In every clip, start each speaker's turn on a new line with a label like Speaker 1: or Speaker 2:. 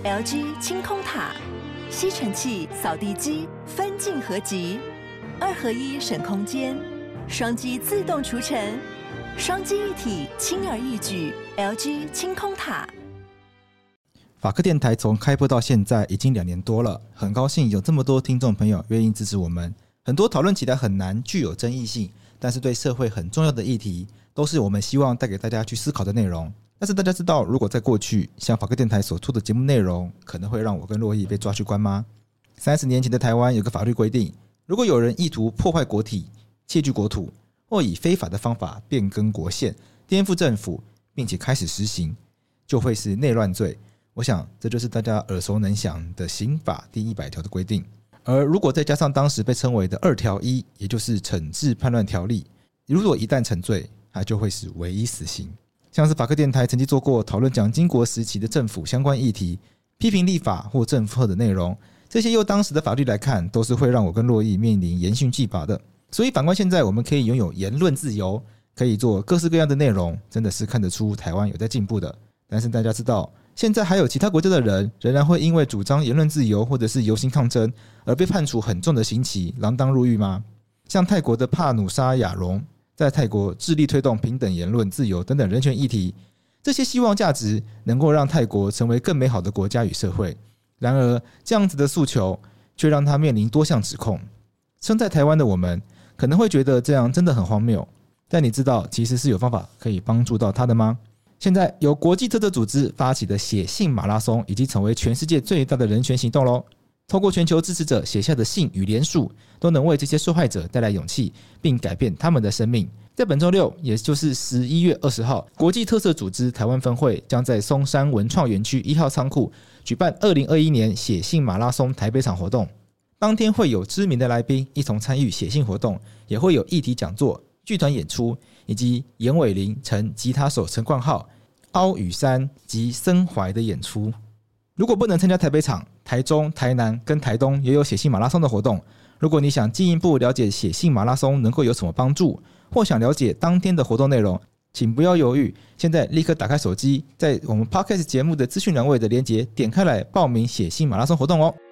Speaker 1: LG 清空塔，吸尘器、扫地机分镜合集，2合1省空间，双击自动除尘，双击一体轻而易举。LG 清空塔。
Speaker 2: 法科电台从开播到现在已经2年多了，很高兴有这么多听众朋友愿意支持我们。很多讨论起来很难、具有争议性，但是对社会很重要的议题，都是我们希望带给大家去思考的内容。但是大家知道，如果在过去，像法科电台所出的节目内容，可能会让我跟洛毅被抓去关吗？30年前的台湾有个法律规定，如果有人意图破坏国体、窃据国土，或以非法的方法变更国宪、颠覆政府，并且开始实行，就会是内乱罪。我想这就是大家耳熟能详的刑法第100条的规定。而如果再加上当时被称为的2条1，也就是惩治叛乱条例，如果一旦成罪，它就会是唯一死刑。像是法科电台曾经做过讨论蒋经国时期的政府相关议题，批评立法或政策的内容，这些用当时的法律来看，都是会让我跟洛毅面临严刑峻法的。所以反观现在，我们可以拥有言论自由，可以做各式各样的内容，真的是看得出台湾有在进步的。但是大家知道，现在还有其他国家的人仍然会因为主张言论自由或者是游行抗争而被判处很重的刑期，锒铛入狱吗？像泰国的帕努沙亚隆在泰国致力推动平等言论自由等等人权议题，这些希望价值能够让泰国成为更美好的国家与社会。然而这样子的诉求却让他面临多项指控。身在台湾的我们可能会觉得这样真的很荒谬，但你知道其实是有方法可以帮助到他的吗？现在由国际特赦组织发起的写信马拉松已经成为全世界最大的人权行动咯。透过全球支持者写下的信与联署，都能为这些受害者带来勇气，并改变他们的生命。在本周六，也就是11月20号，国际特赦组织台湾分会将在松山文创园区1号仓库举办2021年写信马拉松台北场活动。当天会有知名的来宾一同参与写信活动，也会有议题讲座、剧团演出，以及严伟林、吉他手陈冠浩、凹雨山及森怀的演出。如果不能参加台北场，台中、台南跟台东也有写信马拉松的活动。如果你想进一步了解写信马拉松能够有什么帮助，或想了解当天的活动内容，请不要犹豫，现在立刻打开手机，在我们 Podcast 节目的资讯栏位的连结点开来报名写信马拉松活动哦。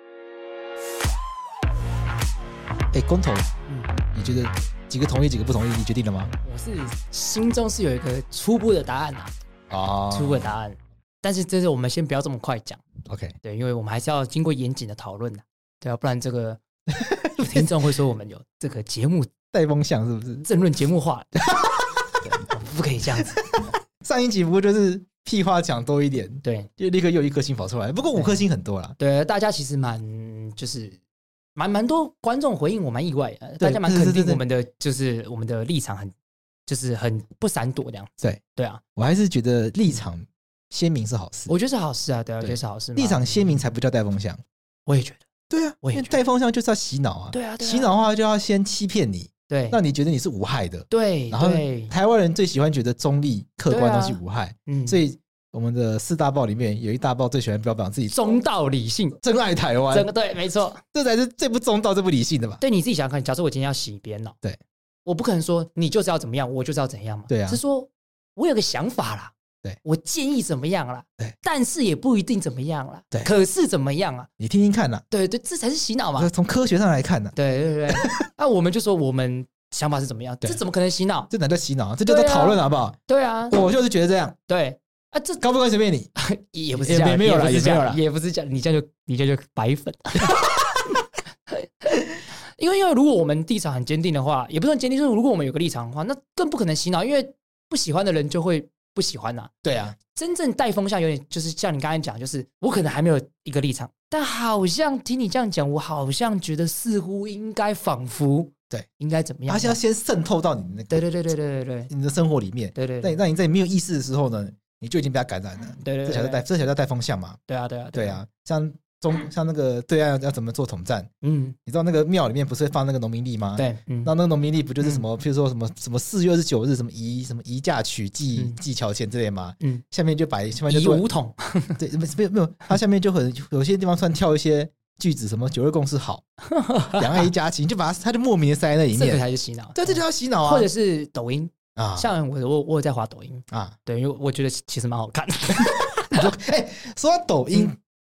Speaker 2: 公投，你觉得几个同意几个不同意，你决定了吗？
Speaker 3: 我是心中是有一个初步的答案初步的答案，但是这是我们先不要这么快讲
Speaker 2: OK，
Speaker 3: 对，因为我们还是要经过严谨的讨论的，对啊，不然这个听众会说我们有这个节目
Speaker 2: 带风向是不是？
Speaker 3: 政论节目化对，不可以这样子。
Speaker 2: 上一集不过就是屁话讲多一点，
Speaker 3: 对，
Speaker 2: 就立刻又1颗星跑出来，不过5颗星很多啦。
Speaker 3: 对，大家其实蛮多观众回应我蛮意外的，大家蛮肯定我们的就是我们的立场很不闪躲这样子。对啊，
Speaker 2: 我还是觉得立场鲜明是好事。
Speaker 3: 我觉得是好事啊，对啊，我觉得是好事。
Speaker 2: 立场鲜明才不叫带风向。
Speaker 3: 我也觉得。
Speaker 2: 对啊，因为带风向就是要洗脑啊。
Speaker 3: 对啊，
Speaker 2: 洗脑的话就要先欺骗你，
Speaker 3: 对，
Speaker 2: 让你觉得你是无害的。
Speaker 3: 对，
Speaker 2: 然后台湾人最喜欢觉得中立客观东西无害，所以我们的4大报里面有一大报最喜欢标榜自己
Speaker 3: 中道理性，
Speaker 2: 真爱台湾。
Speaker 3: 对，没错，
Speaker 2: 这才是最不中道、最不理性的吧？
Speaker 3: 对，你自己想想看，假设我今天要洗别人脑，
Speaker 2: 对，
Speaker 3: 我不可能说你就是要怎么样，我就是要怎样嘛。
Speaker 2: 对啊，
Speaker 3: 是说我有个想法啦，
Speaker 2: 对，
Speaker 3: 我建议怎么样啦，
Speaker 2: 对，
Speaker 3: 但是也不一定怎么样啦，
Speaker 2: 对，
Speaker 3: 可是怎么样啊？
Speaker 2: 你听听看啦。
Speaker 3: 对，这才是洗脑嘛。
Speaker 2: 从科学上来看呢，
Speaker 3: 对，那我们就说我们想法是怎么样，这怎么可能洗脑？
Speaker 2: 这哪叫洗脑？这叫做讨论好不好？
Speaker 3: 对啊，
Speaker 2: 我就是觉得这样。
Speaker 3: 对啊，这
Speaker 2: 高不高随便你，
Speaker 3: 也不是这样，
Speaker 2: 也没有啦，
Speaker 3: 也不是这样，你这样就白粉。因为如果我们立场很坚定的话，也不是很坚定，就是如果我们有个立场的话，那更不可能洗脑，因为不喜欢的人就会不喜欢呐。
Speaker 2: 对啊，
Speaker 3: 真正带风向有点就是像你刚才讲，就是我可能还没有一个立场，但好像听你这样讲，我好像觉得似乎应该仿佛对应该怎么样？
Speaker 2: 它是要先渗透到你的那个
Speaker 3: 对
Speaker 2: 你的生活里面，
Speaker 3: 对，
Speaker 2: 让你在你没有意识的时候呢，你就已经被它感染了。
Speaker 3: 对，
Speaker 2: 这才叫带风向嘛。对啊，像那个对岸要怎么做统战？你知道那个庙里面不是会放那个农民历吗？
Speaker 3: 对，
Speaker 2: 那个农民历不就是什么，譬如说什么4月29日什么宜嫁娶祭桥前之类吗？下面就
Speaker 3: 宜武统，
Speaker 2: 对，没有，它下面就有些地方突然跳一些句子，什么9二共识好，两岸一家亲，就把它就莫名的塞在那里面，
Speaker 3: 这个才是洗脑。
Speaker 2: 对，这就叫洗脑啊，
Speaker 3: 或者是抖音
Speaker 2: 啊，
Speaker 3: 像我有在滑抖音啊，对，因为我觉得其实蛮好看的。
Speaker 2: 你说，说到抖音。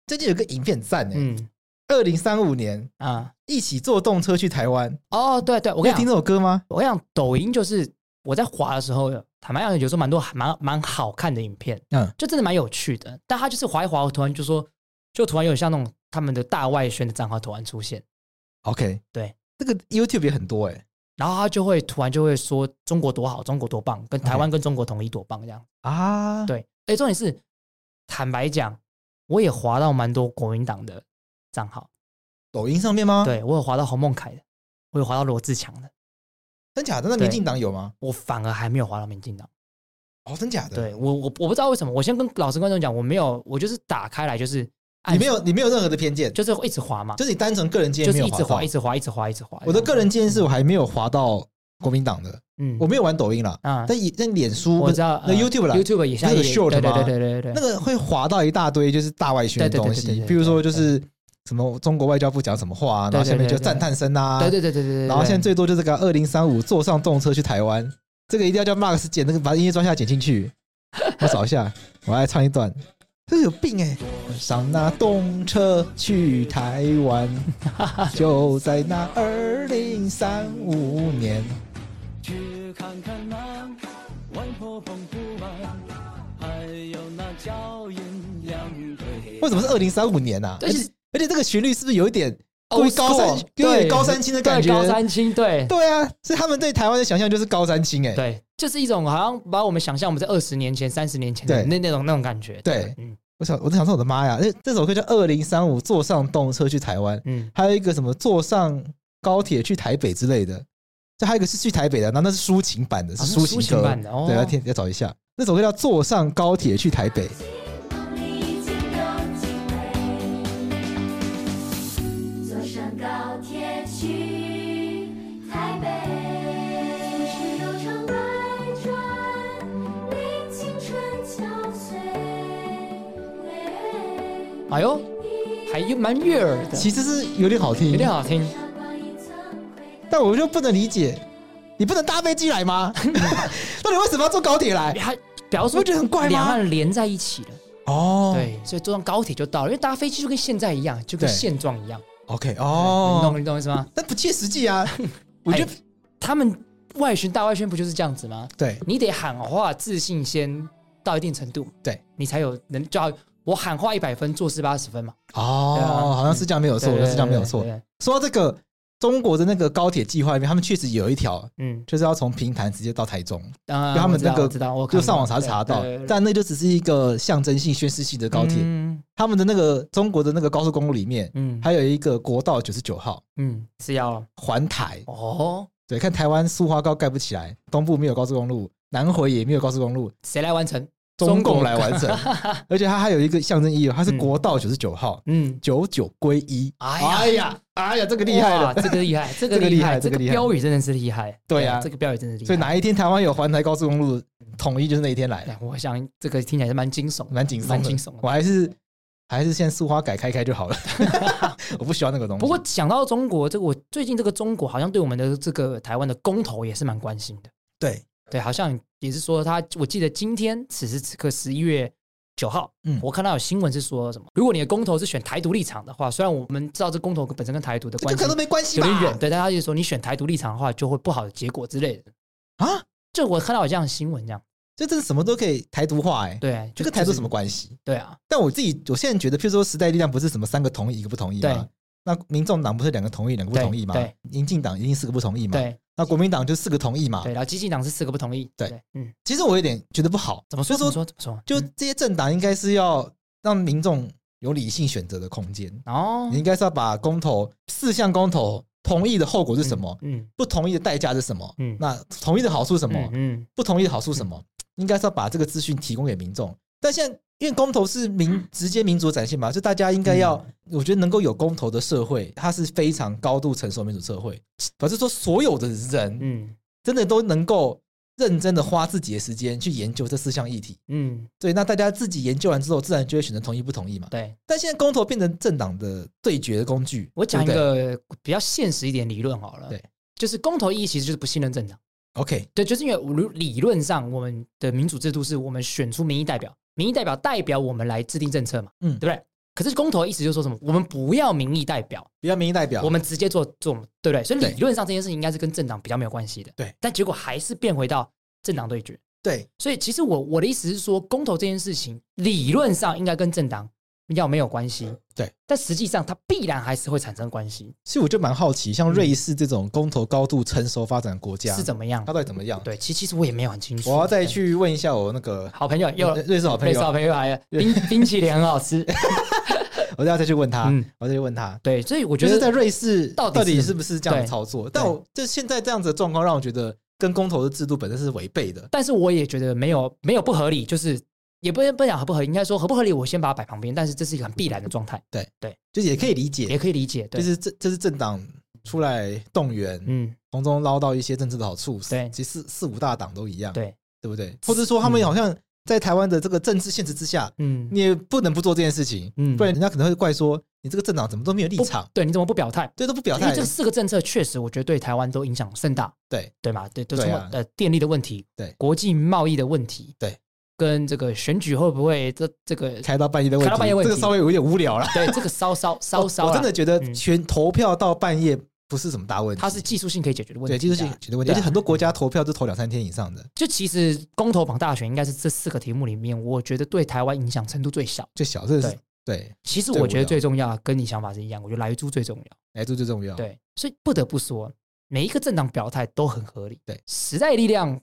Speaker 2: 最近有个影片很赞
Speaker 3: 嗯
Speaker 2: ，2035年
Speaker 3: 啊，
Speaker 2: 一起坐动车去台湾。
Speaker 3: 哦，对对，我跟你讲，
Speaker 2: 你有听这首歌吗？
Speaker 3: 我跟你讲，抖音就是我在滑的时候，坦白讲，有时候蛮多蛮好看的影片，就真的蛮有趣的。但他就是滑一滑，我突然就说，就突然有点像那种他们的大外宣的账号突然出现。
Speaker 2: OK，
Speaker 3: 对，
Speaker 2: 这个 YouTube 也很多
Speaker 3: 然后他就会突然就会说中国多好，中国多棒，跟台湾跟中国统一多棒这样
Speaker 2: 啊。
Speaker 3: 对，重点是坦白讲，我也滑到蛮多国民党的账号，
Speaker 2: 抖音上面吗？
Speaker 3: 对，我有滑到洪孟凯的，我有滑到罗志强的。
Speaker 2: 真假的？那民进党有吗？
Speaker 3: 我反而还没有滑到民进党。
Speaker 2: 哦，真假的？
Speaker 3: 对，我不知道为什么。我先跟老师观众讲，我没有，我就是打开来就是
Speaker 2: 你没有任何的偏见，
Speaker 3: 就是一直滑嘛，
Speaker 2: 就是你单纯个人经验没有滑到，
Speaker 3: 就是一直滑，一直滑，一直滑。
Speaker 2: 我的个人经验是我还没有滑到国民党的，我没有玩抖音啦，但脸书
Speaker 3: 我知道，
Speaker 2: 那 YouTube 啦
Speaker 3: ，YouTube 也像
Speaker 2: 那个 short 嘛，
Speaker 3: 对，
Speaker 2: 那个会滑到一大堆就是大外宣的东西，比如说就是什么中国外交部讲什么话啊，然后下面就赞叹声啊，
Speaker 3: 对，
Speaker 2: 然后现在最多就是这个2035坐上动车去台湾，这个一定要叫 Max 剪那个把音乐抓下剪进去，我找一下，我来唱一段。这有病上那动车去台湾，就在那2035年。去看看那外婆澎湖湾，还有那脚印两腿。为什么是2035年啊？而且这个旋律是不是有一点高山青的感觉？
Speaker 3: 高山青，对
Speaker 2: 啊，所以他们对台湾的想象就是高山青
Speaker 3: 对，就是一种好像把我们想象我们在20年前、30年前的那种感觉。
Speaker 2: 对，我在想说我的妈呀，这首歌叫2035坐上动车去台湾，还有一个什么坐上高铁去台北之类的，这还有一个是去台北的，然后那是抒情版的，是抒情歌版的。对，要找一下，那首歌叫坐上高铁去台北。
Speaker 3: 哎呦，还蛮悦耳的，
Speaker 2: 其实是有点好听，但我就不能理解，你不能搭飞机来吗？到底为什么要坐高铁来？
Speaker 3: 表示说
Speaker 2: 觉得很怪吗？
Speaker 3: 两岸连在一起了
Speaker 2: 哦，
Speaker 3: 对，所以坐上高铁就到了，因为搭飞机就跟现在一样，就跟现状一样。
Speaker 2: OK， 哦，
Speaker 3: 你懂我意思吗？
Speaker 2: 但不切实际啊，我觉得
Speaker 3: 他们大外宣不就是这样子吗？
Speaker 2: 对，
Speaker 3: 你得喊话自信先到一定程度，
Speaker 2: 对
Speaker 3: 你才有能叫。我喊话100分，做事80分嘛。
Speaker 2: 哦，好像是这样没有错，是这样没有错。说到这个中国的那个高铁计划里面，他们确实有一条，就是要从平潭直接到台中。他们那个就上网查到，但那就只是一个象征性、宣示性的高铁。他们的那个中国的那个高速公路里面，还有一个国道99号，
Speaker 3: 是要
Speaker 2: 环台。
Speaker 3: 哦，
Speaker 2: 对，看台湾苏花高盖不起来，东部没有高速公路，南回也没有高速公路，
Speaker 3: 谁来完成？
Speaker 2: 中共来完成，而且它还有一个象征意义，它是国道99号，99归一。哎呀，这个厉害了，
Speaker 3: 这个厉害，这个标语真的是厉害。
Speaker 2: 对啊，
Speaker 3: 这个标语真的厉害。
Speaker 2: 所以哪一天台湾有环台高速公路统一，就是那一天来。
Speaker 3: 我想这个听起来是蛮惊悚，
Speaker 2: 蛮惊悚的。我还是现在苏花改开就好了，我不需要那个东西。
Speaker 3: 不过讲到中国，我最近这个中国好像对我们的这个台湾的公投也是蛮关心的。对，好像也是说我记得今天此时此刻11月9号，我看到有新闻是说什么，如果你的公投是选台独立场的话，虽然我们知道这公投本身跟台独的关系
Speaker 2: 可能没关系
Speaker 3: 有点远，对，但他就说你选台独立场的话，就会不好的结果之类的
Speaker 2: 啊。
Speaker 3: 就我看到有这样的新闻，这样
Speaker 2: 就真的什么都可以台独化
Speaker 3: 对，
Speaker 2: 这跟台独什么关系？
Speaker 3: 对啊，
Speaker 2: 但我现在觉得，譬如说时代力量不是什么3个同意1个不同意吗？那民众党不是2个同意2个不同意吗？
Speaker 3: 对，
Speaker 2: 民进党一定4个不同意嘛？
Speaker 3: 对。
Speaker 2: 那国民党就4个同意嘛？
Speaker 3: 对，然后基进党是4个不同意。
Speaker 2: 对，其实我有点觉得不好。
Speaker 3: 怎么说？
Speaker 2: 就这些政党应该是要让民众有理性选择的空间。哦，你应该是要把公投4项公投同意的后果是什么？不同意的代价是什么？那同意的好处是什么？不同意的好处是什么？应该是要把这个资讯提供给民众。但现在因为公投是直接民主的展现嘛，就大家应该要，我觉得能够有公投的社会，它是非常高度成熟民主社会，表示说所有的人，真的都能够认真的花自己的时间去研究这4项议题，对，那大家自己研究完之后，自然就会选择同意不同意嘛，
Speaker 3: 对。
Speaker 2: 但现在公投变成政党的对决的工具，
Speaker 3: 我讲一个比较现实一点理论好了，
Speaker 2: 对，
Speaker 3: 就是公投意义其实就是不信任政党
Speaker 2: ，OK，
Speaker 3: 对，就是因为理论上我们的民主制度是我们选出民意代表。民意代表代表我们来制定政策嘛，对不对？ 可是公投的意思就是说什么？我们不要民意代表，我们直接做，对不对？所以理论上这件事情应该是跟政党比较没有关系的。
Speaker 2: 对，
Speaker 3: 但结果还是变回到政党对决。
Speaker 2: 对，
Speaker 3: 所以其实我的意思是说，公投这件事情理论上应该跟政党要没有关系。
Speaker 2: 对，
Speaker 3: 但实际上它必然还是会产生关系。
Speaker 2: 所以我就蛮好奇，像瑞士这种公投高度成熟发展的国家
Speaker 3: 是怎么样？
Speaker 2: 它到底怎么样？
Speaker 3: 对，其实我也没有很清楚。
Speaker 2: 我要再去问一下我那个
Speaker 3: 好朋友，
Speaker 2: 瑞士好朋友
Speaker 3: 来了，冰淇淋很好吃。
Speaker 2: 我要再去问他，我再去问他。
Speaker 3: 对，所以我觉得
Speaker 2: 就是在瑞士到底是不是这样
Speaker 3: 的
Speaker 2: 操作？但我就现在这样子的状况，让我觉得跟公投的制度本身是违背的。
Speaker 3: 但是我也觉得没有不合理，就是也不讲合不合理，应该说合不合理，我先把它摆旁边。但是这是一个很必然的状态。
Speaker 2: 对，就是也可以理解，
Speaker 3: 对，
Speaker 2: 就是这是政党出来动员，从中捞到一些政治的好处。
Speaker 3: 对，
Speaker 2: 其实四五大党都一样，
Speaker 3: 对
Speaker 2: 不对？或者说他们好像在台湾的这个政治现实之下，你也不能不做这件事情，不然人家可能会怪说你这个政党怎么都没有立场，
Speaker 3: 对，你怎么不表态？
Speaker 2: 对，都不表态。
Speaker 3: 因为这4个政策确实，我觉得对台湾都影响甚大，对嘛？对，都从电力的问题，
Speaker 2: 对，国
Speaker 3: 际贸易的问题，
Speaker 2: 对，
Speaker 3: 跟这个选举会不会这个
Speaker 2: 开到半夜的问题，这个稍微有点无聊了。
Speaker 3: 对，这个稍，
Speaker 2: 我真的觉得全投票到半夜不是什么大问题，
Speaker 3: 它是技术性可以解决的问题，
Speaker 2: 对，技术性解决的问题，而且很多国家投票都投2-3天以上的。
Speaker 3: 就其实公投榜大选应该是这4个题目里面，我觉得对台湾影响程度最小，
Speaker 2: 这是对。
Speaker 3: 其实我觉得最重要，跟你想法是一样，我觉得莱猪最重要，对，所以不得不说，每一个政党表态都很合理。
Speaker 2: 对，
Speaker 3: 时代力量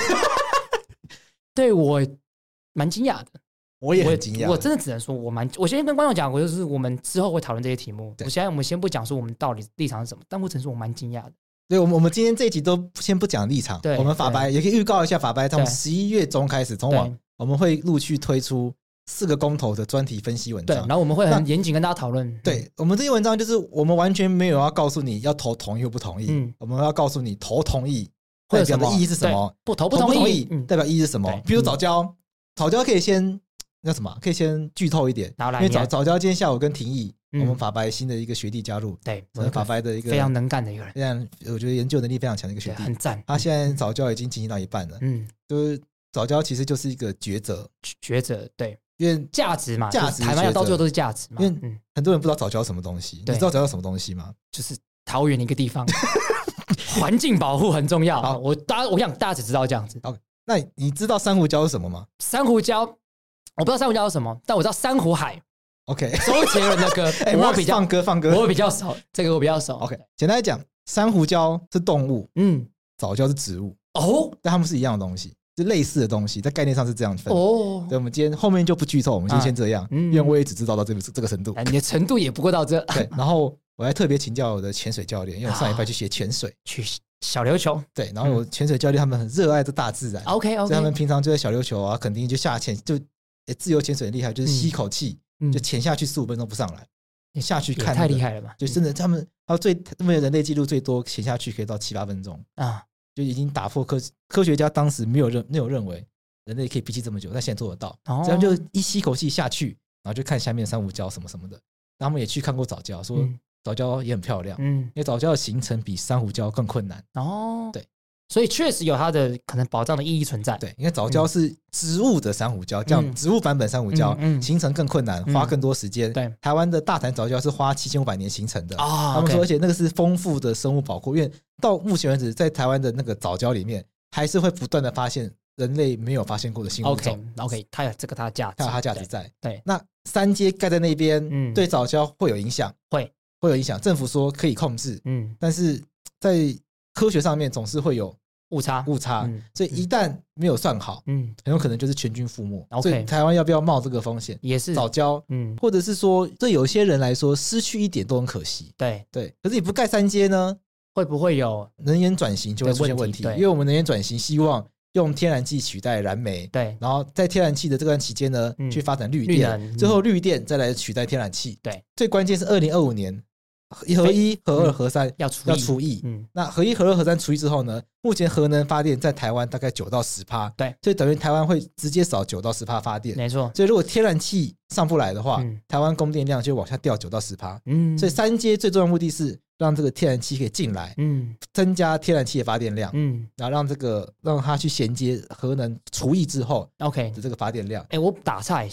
Speaker 3: 对我蛮惊讶的。
Speaker 2: 我也很惊讶，
Speaker 3: 我真的只能说我先跟观众讲，就是我们之后会讨论这些题目。我们先不讲说我们到底立场是什么，但我只能说我蛮惊讶的。
Speaker 2: 对，我们今天这一集都先不讲立场，我们法白也可以预告一下，法白从11月中开始，我们会陆续推出4个公投的专题分析文章，
Speaker 3: 对，然后我们会很严谨跟大家讨论。
Speaker 2: 对，我们这些文章就是我们完全没有要告诉你要投同意或不同意，我们要告诉你投同意代表的意义是什么，
Speaker 3: 投不同意
Speaker 2: 代表意义是什么。比如早教可以先那什么，可以先剧透一点，因为早教今天下午跟廷义，我们法白新的一个学弟加入，
Speaker 3: 对，
Speaker 2: 法白的一个
Speaker 3: 非常能干的一个人，
Speaker 2: 非常我觉得研究能力非常强的一个学弟，
Speaker 3: 很赞。
Speaker 2: 他现在早教已经进行到一半了，就是早教其实就是一个抉择，对，因为价值嘛，台湾到最后都是价值嘛。 因为很多人不知道早教什么东西，你知道早教什么东西吗？
Speaker 3: 就是桃园一个地方，环境保护很重要。我想大家只知道这样子。
Speaker 2: 那你知道珊瑚礁是什么吗？
Speaker 3: 珊瑚礁我不知道珊瑚礁是什么，但我知道珊瑚海。
Speaker 2: OK，
Speaker 3: 周杰伦的歌，
Speaker 2: 我比较放歌，
Speaker 3: 我比较熟，这个我比较熟。
Speaker 2: OK， 简单来讲，珊瑚礁是动物，早教是植物，但它们是一样的东西，是类似的东西，在概念上是这样分。对，我们今天后面就不剧透，我们就先这样，因为我也只知道到这个程度，
Speaker 3: 你的程度也不过到这。
Speaker 2: 对，然后我还特别请教我的潜水教练，因为我上礼拜去学潜水，
Speaker 3: 去小琉球。
Speaker 2: 对，然后我潜水教练他们很热爱这大自然
Speaker 3: ，OK，
Speaker 2: 所以他们平常就在小琉球啊，垦丁就下潜，就自由潜水很厉害，就是吸口气就潜下去15分钟不上来，下去看
Speaker 3: 太厉害了吧？
Speaker 2: 就真的他们人类纪录最多潜下去可以到7-8分钟啊，就已经打破科学家当时没有认为人类可以憋气这么久，但现在做得到。这样就一吸口气下去，然后就看下面的珊瑚礁什么什么的。然后他们也去看过藻礁，说藻礁也很漂亮，因为藻礁的形成比珊瑚礁更困难。对。
Speaker 3: 所以确实有它的可能保障的意义存在。
Speaker 2: 对，因为藻礁是植物的珊瑚礁，叫植物版本珊瑚礁，形成更困难，花更多时间。
Speaker 3: 对，
Speaker 2: 台湾的大潭藻礁是花7500年形成的。他们说，而且那个是丰富的生物宝库，因为到目前为止，在台湾的那个藻礁里面，还是会不断的发现人类没有发现过的新物种。
Speaker 3: OK， 它有它的价值，
Speaker 2: 它有它价值在。
Speaker 3: 对，
Speaker 2: 那3阶盖在那边，对藻礁会有影响，会有影响。政府说可以控制，但是在科学上面总是会有误差，所以一旦没有算好，很有可能就是全军覆没。所以台湾要不要冒这个风险？
Speaker 3: 也是
Speaker 2: 藻礁，或者是说，对有些人来说，失去一点都很可惜。
Speaker 3: 对，
Speaker 2: 可是你不盖3阶呢，
Speaker 3: 会不会有
Speaker 2: 能源转型就会出现问题？因为我们能源转型希望用天然气取代燃煤，
Speaker 3: 对，
Speaker 2: 然后在天然气的这段期间呢，去发展绿电，最后绿电再来取代天然气。
Speaker 3: 对，
Speaker 2: 最关键是2025年。核1、核2、核3要除役，那核1、核2、核3除役之后呢？目前核能发电在台湾大概9到10%，
Speaker 3: 对，
Speaker 2: 所以等于台湾会直接少9到10%发电，
Speaker 3: 没错。
Speaker 2: 所以如果天然气上不来的话，台湾供电量就往下掉9到10%。所以3阶最重要的目的是让这个天然气可以进来，增加天然气的发电量，然后让它去衔接核能除役之后
Speaker 3: OK
Speaker 2: 的这个发电量。
Speaker 3: 我打岔一下。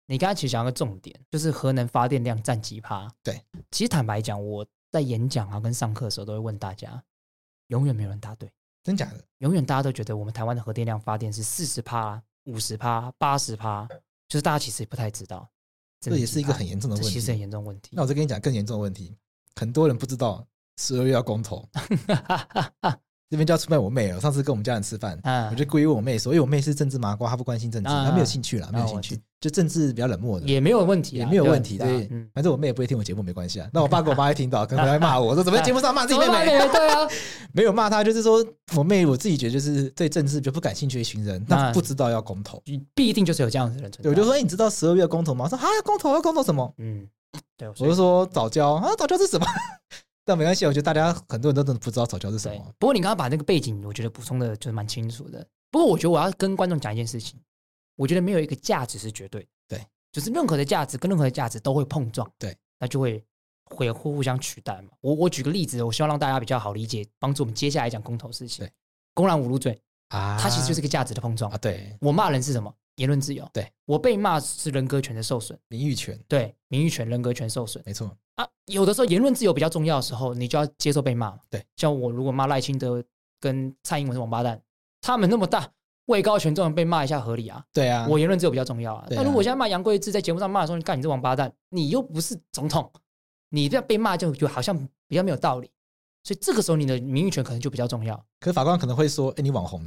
Speaker 3: 你刚才其实讲到个重点，就是核能发电量占几趴？
Speaker 2: 对，
Speaker 3: 其实坦白讲，我在演讲啊跟上课的时候都会问大家，永远没有人答对，
Speaker 2: 真假的？
Speaker 3: 永远大家都觉得我们台湾的核电量发电是40%、50%、80%，就是大家其实也不太知道。
Speaker 2: 这也是一个很严重的问题，
Speaker 3: 这其实很严重的问题。
Speaker 2: 那我再跟你讲更严重的问题，很多人不知道12月要公投。这边就要出卖我妹了。上次跟我们家人吃饭，我就故意问我妹说，因为我妹是政治麻瓜，她不关心政治，她没有兴趣啦，没有兴趣，就政治比较冷漠的，
Speaker 3: 也没有问题，
Speaker 2: 也没有问题。对，反正我妹也不会听我节目，没关系啊。那我爸跟我妈会听到，可能会骂我说，怎么在节目上骂自己妹妹？
Speaker 3: 对啊，
Speaker 2: 没有骂她，就是说我妹，我自己觉得就是对政治就不感兴趣的一群人，那不知道要公投，
Speaker 3: 必定就是有这样子的人存在。
Speaker 2: 我就说，你知道12月要公投吗？我说啊，要公投，要公投什么？
Speaker 3: 对，
Speaker 2: 我就说早教啊，早教是什么？但没关系，我觉得大家很多人都真的不知道早教是什么。
Speaker 3: 不过你刚刚把那个背景，我觉得补充的就是蛮清楚的。不过我觉得我要跟观众讲一件事情，我觉得没有一个价值是绝对的，
Speaker 2: 对，
Speaker 3: 就是任何的价值跟任何的价值都会碰撞，
Speaker 2: 对，
Speaker 3: 那就会互相取代嘛。我举个例子，我希望让大家比较好理解，帮助我们接下来讲公投事情。对，公然侮辱罪啊，它其实就是一个价值的碰撞啊。
Speaker 2: 对，
Speaker 3: 我骂人是什么？言论自由。
Speaker 2: 对，
Speaker 3: 我被骂是人格权的受损，
Speaker 2: 名誉权。
Speaker 3: 对，名誉权、人格权受损，
Speaker 2: 没错
Speaker 3: 啊。有的时候言论自由比较重要的时候，你就要接受被骂。
Speaker 2: 对，
Speaker 3: 像我如果骂赖清德跟蔡英文是王八蛋，他们那么大位高权重，被骂一下合理啊。
Speaker 2: 对啊，
Speaker 3: 我言论自由比较重要啊。那如果现在骂杨贵枝，在节目上骂的时候，你干你这王八蛋，你又不是总统，你这样被骂就好像比较没有道理。所以这个时候你的名誉权可能就比较重要。
Speaker 2: 可是法官可能会说：“哎，你网红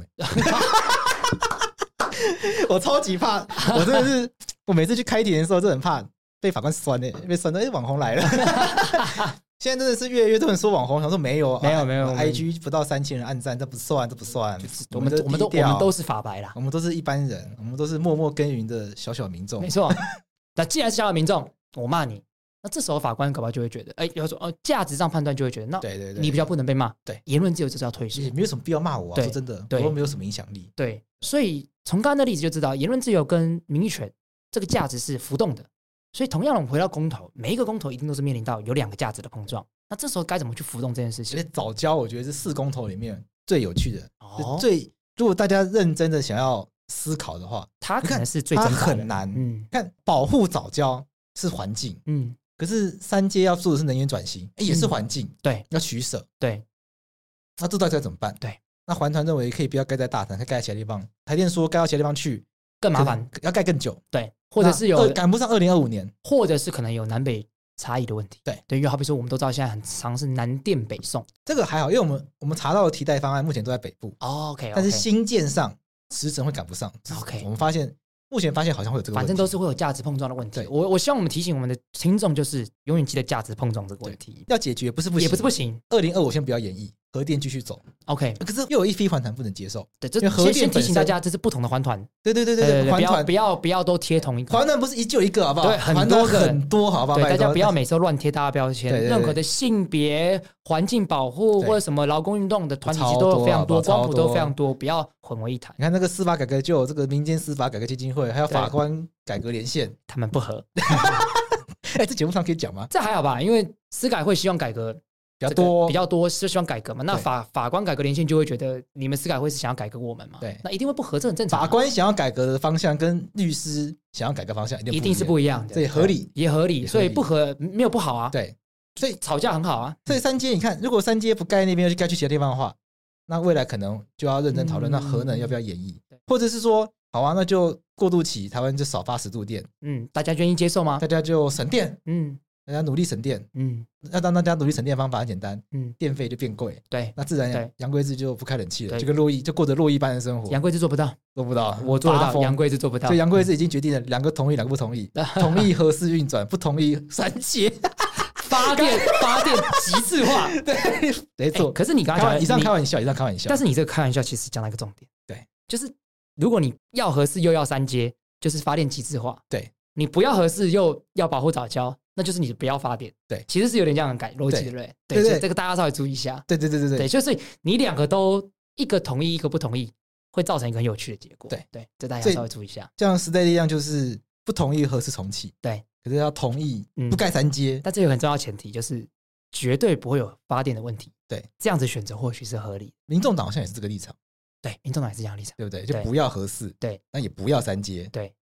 Speaker 2: 我超级怕，我真的是，我每次去开庭的时候，真的很怕被法官酸被酸的，网红来了。现在真的是越来越多人说网红，想说没有，IG 不到3000人按赞，这不算，我们都是法白啦，我们都是一般人，我们都是默默耕耘的小小民众。
Speaker 3: 没错，那既然是小小民众，我骂你，那这时候法官搞不好就会觉得，要说价值上判断就会觉得，那对，你比较不能被骂，对，言论自由就是要退缩，
Speaker 2: 也没有什么必要骂我啊，说真的，我又没有什么影响力，
Speaker 3: 对，所以从刚刚的例子就知道，言论自由跟名誉权这个价值是浮动的。所以同样的，我们回到公投，每一个公投一定都是面临到有2个价值的碰撞。那这时候该怎么去浮动这件事情？
Speaker 2: 早教我觉得是4公投里面最有趣的，如果大家认真的想要思考的话，
Speaker 3: 它可能是最真的，
Speaker 2: 它很难。看保护早教是环境，可是3阶要做的是能源转型，也是环境，对，要取舍，对。那这到底该怎么办？对，那环团认为可以不要盖在大潭，可以盖在其他地方。台电说盖到其他地方去
Speaker 3: 更麻烦，
Speaker 2: 要盖更久，对。
Speaker 3: 或者是有
Speaker 2: 赶不上2025年，
Speaker 3: 或者是可能有南北差异的问题。对，因为好比说我们都知道现在很常是南电北送，
Speaker 2: 这个还好，因为我们查到的替代方案目前都在北部。
Speaker 3: OK，
Speaker 2: 但是新建上时程会赶不上。OK， 我们目前发现好像会有这个问题，
Speaker 3: 反正都是会有价值碰撞的问题。我希望我们提醒我们的听众，就是永远记得价值碰撞这个问题
Speaker 2: 要解决，不是不行，
Speaker 3: 也不是不行。
Speaker 2: 2025先不要演绎，核电继续走。OK， 可是又有一批环团不能接受。
Speaker 3: 对，这先提醒大家，这是不同的环团。
Speaker 2: 对，
Speaker 3: 环团不要都贴同一个
Speaker 2: 环团，不是就一个好不好？
Speaker 3: 对，很多个
Speaker 2: 很多好不好？
Speaker 3: 对，大家不要每次都乱贴大家标签。任何的性别、环境保护或者什么劳工运动的团体其实都有非常多，光谱都非常多，不要混为一谈。
Speaker 2: 你看那个司法改革就有这个民间司法改革基金会，还有法官改革连线，
Speaker 3: 他们不合。
Speaker 2: 这节目上可以讲吗？
Speaker 3: 这还好吧，因为司改会希望改革比较多，是希望改革嘛。那法官改革连线就会觉得你们司改会是想要改革我们嘛？对，那一定会不合，这很正常。
Speaker 2: 法官想要改革的方向跟律师想要改革方向
Speaker 3: 一定是不一样的，
Speaker 2: 这也合理，
Speaker 3: 也合理，所以不合没有不好啊。
Speaker 2: 对，所以
Speaker 3: 吵架很好啊。
Speaker 2: 所以3阶你看，如果3阶不盖那边，盖去其他地方的话，那未来可能就要认真讨论，那核能要不要演绎，或者是说，好啊，那就过渡期，台湾就少发10度电，
Speaker 3: 大家愿意接受吗？
Speaker 2: 大家就省电，大家努力省电，要让大家努力省电的方法很简单，电费就变贵，对，那自然杨贵枝就不开冷气了，就跟就过着洛伊般的生活。
Speaker 3: 杨贵枝做不到，
Speaker 2: 我做得到，
Speaker 3: 杨贵枝做不到，
Speaker 2: 所以杨贵枝已经决定了，2个同意，2个不同意，同意核四运转，不同意3阶
Speaker 3: 发电极致化，
Speaker 2: 对，没错。
Speaker 3: 可是你刚刚讲
Speaker 2: 以上开玩笑，
Speaker 3: 但是你这个开玩笑其实讲了一个重点，对，就是如果你要核四又要3阶，就是发电极致化，对，你不要核四又要保护早教。那就是你不要发电，对，其实是有点这样的逻辑，对不对？对，所以这个大家稍微注意一下。对，就是你2个都一个同意，一个不同意，会造成一个很有趣的结果。对，这大家稍微注意一下。
Speaker 2: 这样时代力量就是不同意核四重启，对，可是要同意不盖3阶。
Speaker 3: 但这有很重要的前提，就是绝对不会有发电的问题。对，这样子选择或许是合理。
Speaker 2: 民众党好像也是这个立场，
Speaker 3: 对，民众党也是这样的立场，
Speaker 2: 对不对？就不要核四，对，那也不要3阶，
Speaker 3: 对。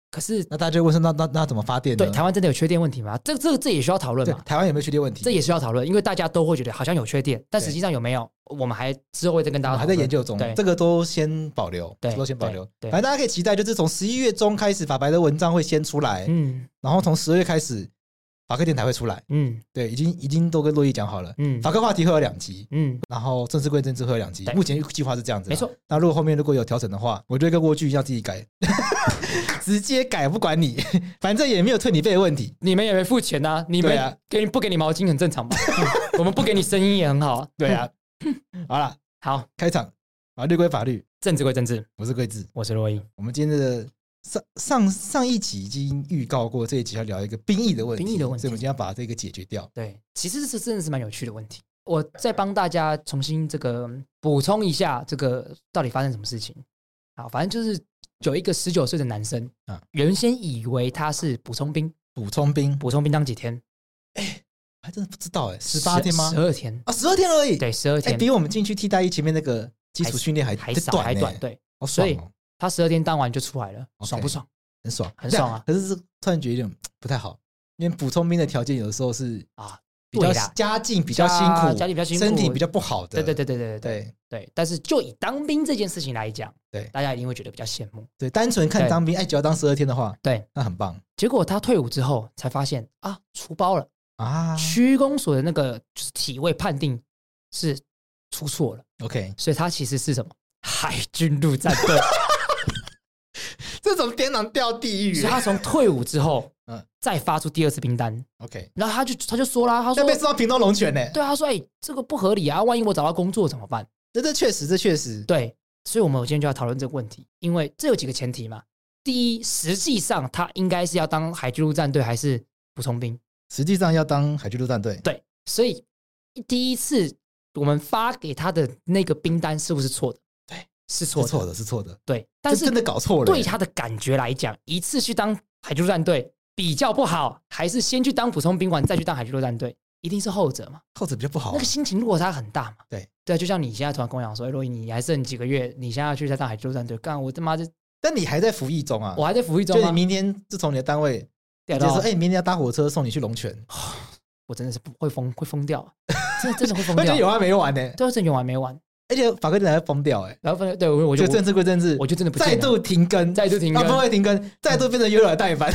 Speaker 3: 可是
Speaker 2: 那大家就问说，那怎么发电呢？
Speaker 3: 对，台湾真的有缺电问题吗？这也需要讨论嘛。
Speaker 2: 台湾有没有缺电问题？
Speaker 3: 这也需要讨论，因为大家都会觉得好像有缺电，但实际上有没有，我们还之后会再跟大家
Speaker 2: 还在研究中，这个都先保留，都先保留。反正大家可以期待，就是从11月中开始，法白的文章会先出来，然后从12月开始，法科电台会出来，对，已经都跟洛伊讲好了，法科话题会有2集，然后政治归政治会有2集，目前计划是这样子，
Speaker 3: 没错。
Speaker 2: 那如果后面如果有调整的话，我就会跟过去一样自己改。直接改不管你，反正也没有退你费的问题，
Speaker 3: 你们也没付钱啊，你们不给你毛巾很正常吧？我们不给你声音也很好啊。
Speaker 2: 对啊，好了，
Speaker 3: 好，
Speaker 2: 开场，法律归法律，
Speaker 3: 政治归政治。
Speaker 2: 我是桂智，
Speaker 3: 我是洛伊。
Speaker 2: 我们今天的上一集已经预告过，这一集要聊一个兵役的问题，所以我们今天要把这个解决掉。
Speaker 3: 对，其实这真的是蛮有趣的问题。我再帮大家重新这个补充一下，这个到底发生什么事情？好，反正就是。有一个19岁的男生，原先以为他是补充兵当几天？
Speaker 2: 还真的不知道18天吗
Speaker 3: ？12天
Speaker 2: 啊，12天而已。
Speaker 3: 对，12天，
Speaker 2: 比我们进去替代役前面那个基础训练还短。
Speaker 3: 对，
Speaker 2: 所以
Speaker 3: 他12天当完就出来了，爽不爽？
Speaker 2: 很爽，
Speaker 3: 很爽啊！
Speaker 2: 可是突然觉得有点不太好，因为补充兵的条件有的时候是比较家境比较辛苦，身体比较不好的。
Speaker 3: 对，但是就以当兵这件事情来讲，
Speaker 2: 对
Speaker 3: 大家一定会觉得比较羡慕。
Speaker 2: 对，单纯看当兵，只要当12天的话，
Speaker 3: 对，
Speaker 2: 那很棒。
Speaker 3: 结果他退伍之后才发现出包了
Speaker 2: 啊！
Speaker 3: 区公所的那个就是体位判定是出错了。
Speaker 2: OK，
Speaker 3: 所以他其实是什么？海军陆战队。
Speaker 2: 这种天堂掉地狱。
Speaker 3: 所以他从退伍之后，再发出第2次兵单。
Speaker 2: OK，
Speaker 3: 然后他就说啦，他说
Speaker 2: 被送到屏东龙泉呢。
Speaker 3: 对，他说这个不合理啊，万一我找到工作怎么办？
Speaker 2: 这确实
Speaker 3: 对，所以我们今天就要讨论这个问题，因为这有几个前提嘛。第一，实际上他应该是要当海军陆战队还是补充兵？
Speaker 2: 实际上要当海军陆战队。
Speaker 3: 对，所以第一次我们发给他的那个兵单是不是错的？
Speaker 2: 对，
Speaker 3: 是错
Speaker 2: 的。
Speaker 3: 对，但是
Speaker 2: 真的搞错了。
Speaker 3: 对他的感觉来讲，一次去当海军陆战队比较不好，还是先去当补充兵完再去当海军陆战队？一定是后者嘛，
Speaker 2: 后者比较不好，
Speaker 3: 那个心情落差很大嘛。
Speaker 2: 对，
Speaker 3: 就像你现在突然跟我讲说，洛伊，你还剩几个月，你现在要去再当海军陆战队，干我他妈就，
Speaker 2: 但你还在服役中啊，
Speaker 3: 我还在服役中，
Speaker 2: 就你明天就从你的单位直接说，明天要搭火车送你去龙泉，
Speaker 3: 我真的是会疯掉，真的会疯掉，
Speaker 2: 而且有完没完呢？
Speaker 3: 对，真有完没完，
Speaker 2: 而且法科电台会疯掉
Speaker 3: 然后对我就
Speaker 2: 政治归政治，
Speaker 3: 我就真的不
Speaker 2: 再度停更，不会停更，再度变成有点代班。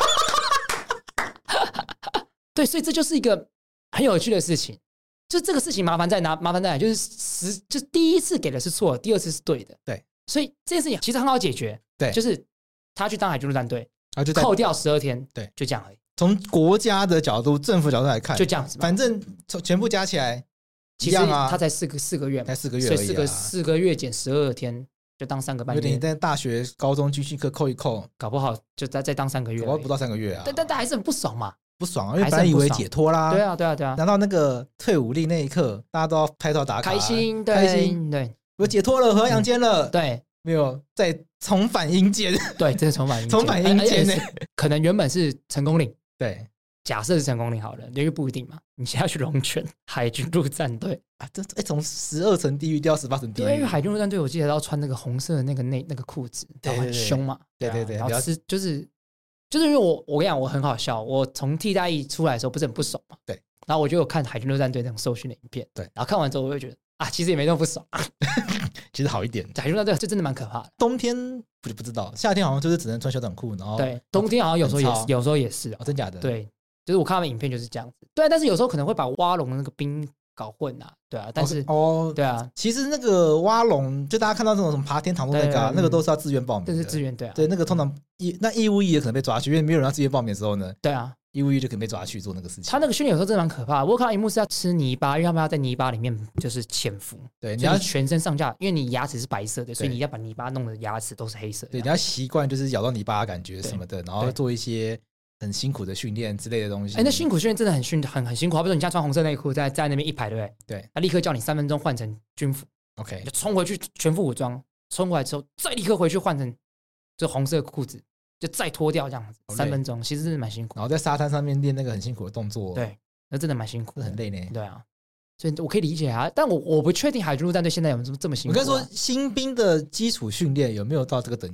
Speaker 3: 对，所以这就是一个很有趣的事情，就这个事情麻烦在哪？就是第一次给的是错，第2次是对的。
Speaker 2: 对，
Speaker 3: 所以这件事情其实很好解决。
Speaker 2: 对，
Speaker 3: 就是他去当海军陆战队，
Speaker 2: 就
Speaker 3: 扣掉12天，
Speaker 2: 对，
Speaker 3: 就这样而已。
Speaker 2: 从国家的角度、政府角度来看，
Speaker 3: 就这样子，
Speaker 2: 反正全部加起来
Speaker 3: 一样啊。他才4个月，
Speaker 2: 才4个月而已，
Speaker 3: 所以4个月减12天，就当3个半月。
Speaker 2: 有点在大学、高中军训课扣一扣，
Speaker 3: 搞不好就再当3个月，
Speaker 2: 搞不到3个月啊。
Speaker 3: 但还是很不爽嘛。
Speaker 2: 不爽啊，因为本来以为解脱啦。
Speaker 3: 对啊。
Speaker 2: 拿到那个退伍令那一刻，大家都要拍照打卡，
Speaker 3: 开心。对，
Speaker 2: 我解脱了，回到阳间了。
Speaker 3: 对，
Speaker 2: 没有再重返阴间。
Speaker 3: 对，这是重返
Speaker 2: 阴间呢。
Speaker 3: 可能原本是成功令，
Speaker 2: 对，
Speaker 3: 假设是成功令好了，因为不一定嘛。你现在去龙泉海军陆战队
Speaker 2: 啊，从12层地狱掉18层地狱。
Speaker 3: 对，因为海军陆战队我记得要穿那个红色的那个裤子，然后很凶嘛。
Speaker 2: 对，
Speaker 3: 然后就是因为我跟你讲，我很好笑。我从替代役出来的时候，不是很不爽嘛？
Speaker 2: 对。
Speaker 3: 然后我就有看海军陆战队那种受训的影片，
Speaker 2: 对。
Speaker 3: 然后看完之后，我就觉得其实也没那么不爽，
Speaker 2: 其实好一点。
Speaker 3: 海军陆战队这真的蛮可怕的。
Speaker 2: 冬天不知道，夏天好像就是只能穿小短裤，然后
Speaker 3: 对，冬天好像有时候也是
Speaker 2: 真假的？
Speaker 3: 对，就是我看他们影片就是这样子。对，但是有时候可能会把蛙龙的那个兵搞混啊，对啊，但是对啊，
Speaker 2: 其实那个蛙龙，就大家看到这种什么爬天堂路那个都是要自愿报名的，
Speaker 3: 这是自愿，对啊，
Speaker 2: 对，那个通常义务役也可能被抓去，因为没有人要自愿报名的时候呢，
Speaker 3: 对啊，
Speaker 2: 义务役就可能被抓去做那个事情。
Speaker 3: 他那个训练有时候真的蛮可怕的，我看到一幕是要吃泥巴，因为他们要在泥巴里面就是潜伏，
Speaker 2: 对，
Speaker 3: 你要全身上下，因为你牙齿是白色的，所以你要把泥巴弄的牙齿都是黑色的，
Speaker 2: 对，你要习惯就是咬到泥巴的感觉什么的，然后做一些很辛苦的训练之类的东西。
Speaker 3: 那辛苦训练真的很辛苦。好比说你现在穿红色内裤在那边一排，对不对？
Speaker 2: 对，
Speaker 3: 他立刻叫你3分钟换成军服
Speaker 2: ，OK，
Speaker 3: 就冲回去全副武装，冲回来之后再立刻回去换成就红色裤子，就再脱掉这样子，3分钟，其实真的蛮辛苦。
Speaker 2: 然后在沙滩上面练那个很辛苦的动作，
Speaker 3: 对，那真的蛮辛苦的，
Speaker 2: 很累呢。
Speaker 3: 对啊，所以我可以理解啊，但我不确定海军陆战队现在有没有这么辛苦。
Speaker 2: 我跟你说，新兵的基础训练有没有到这个等级？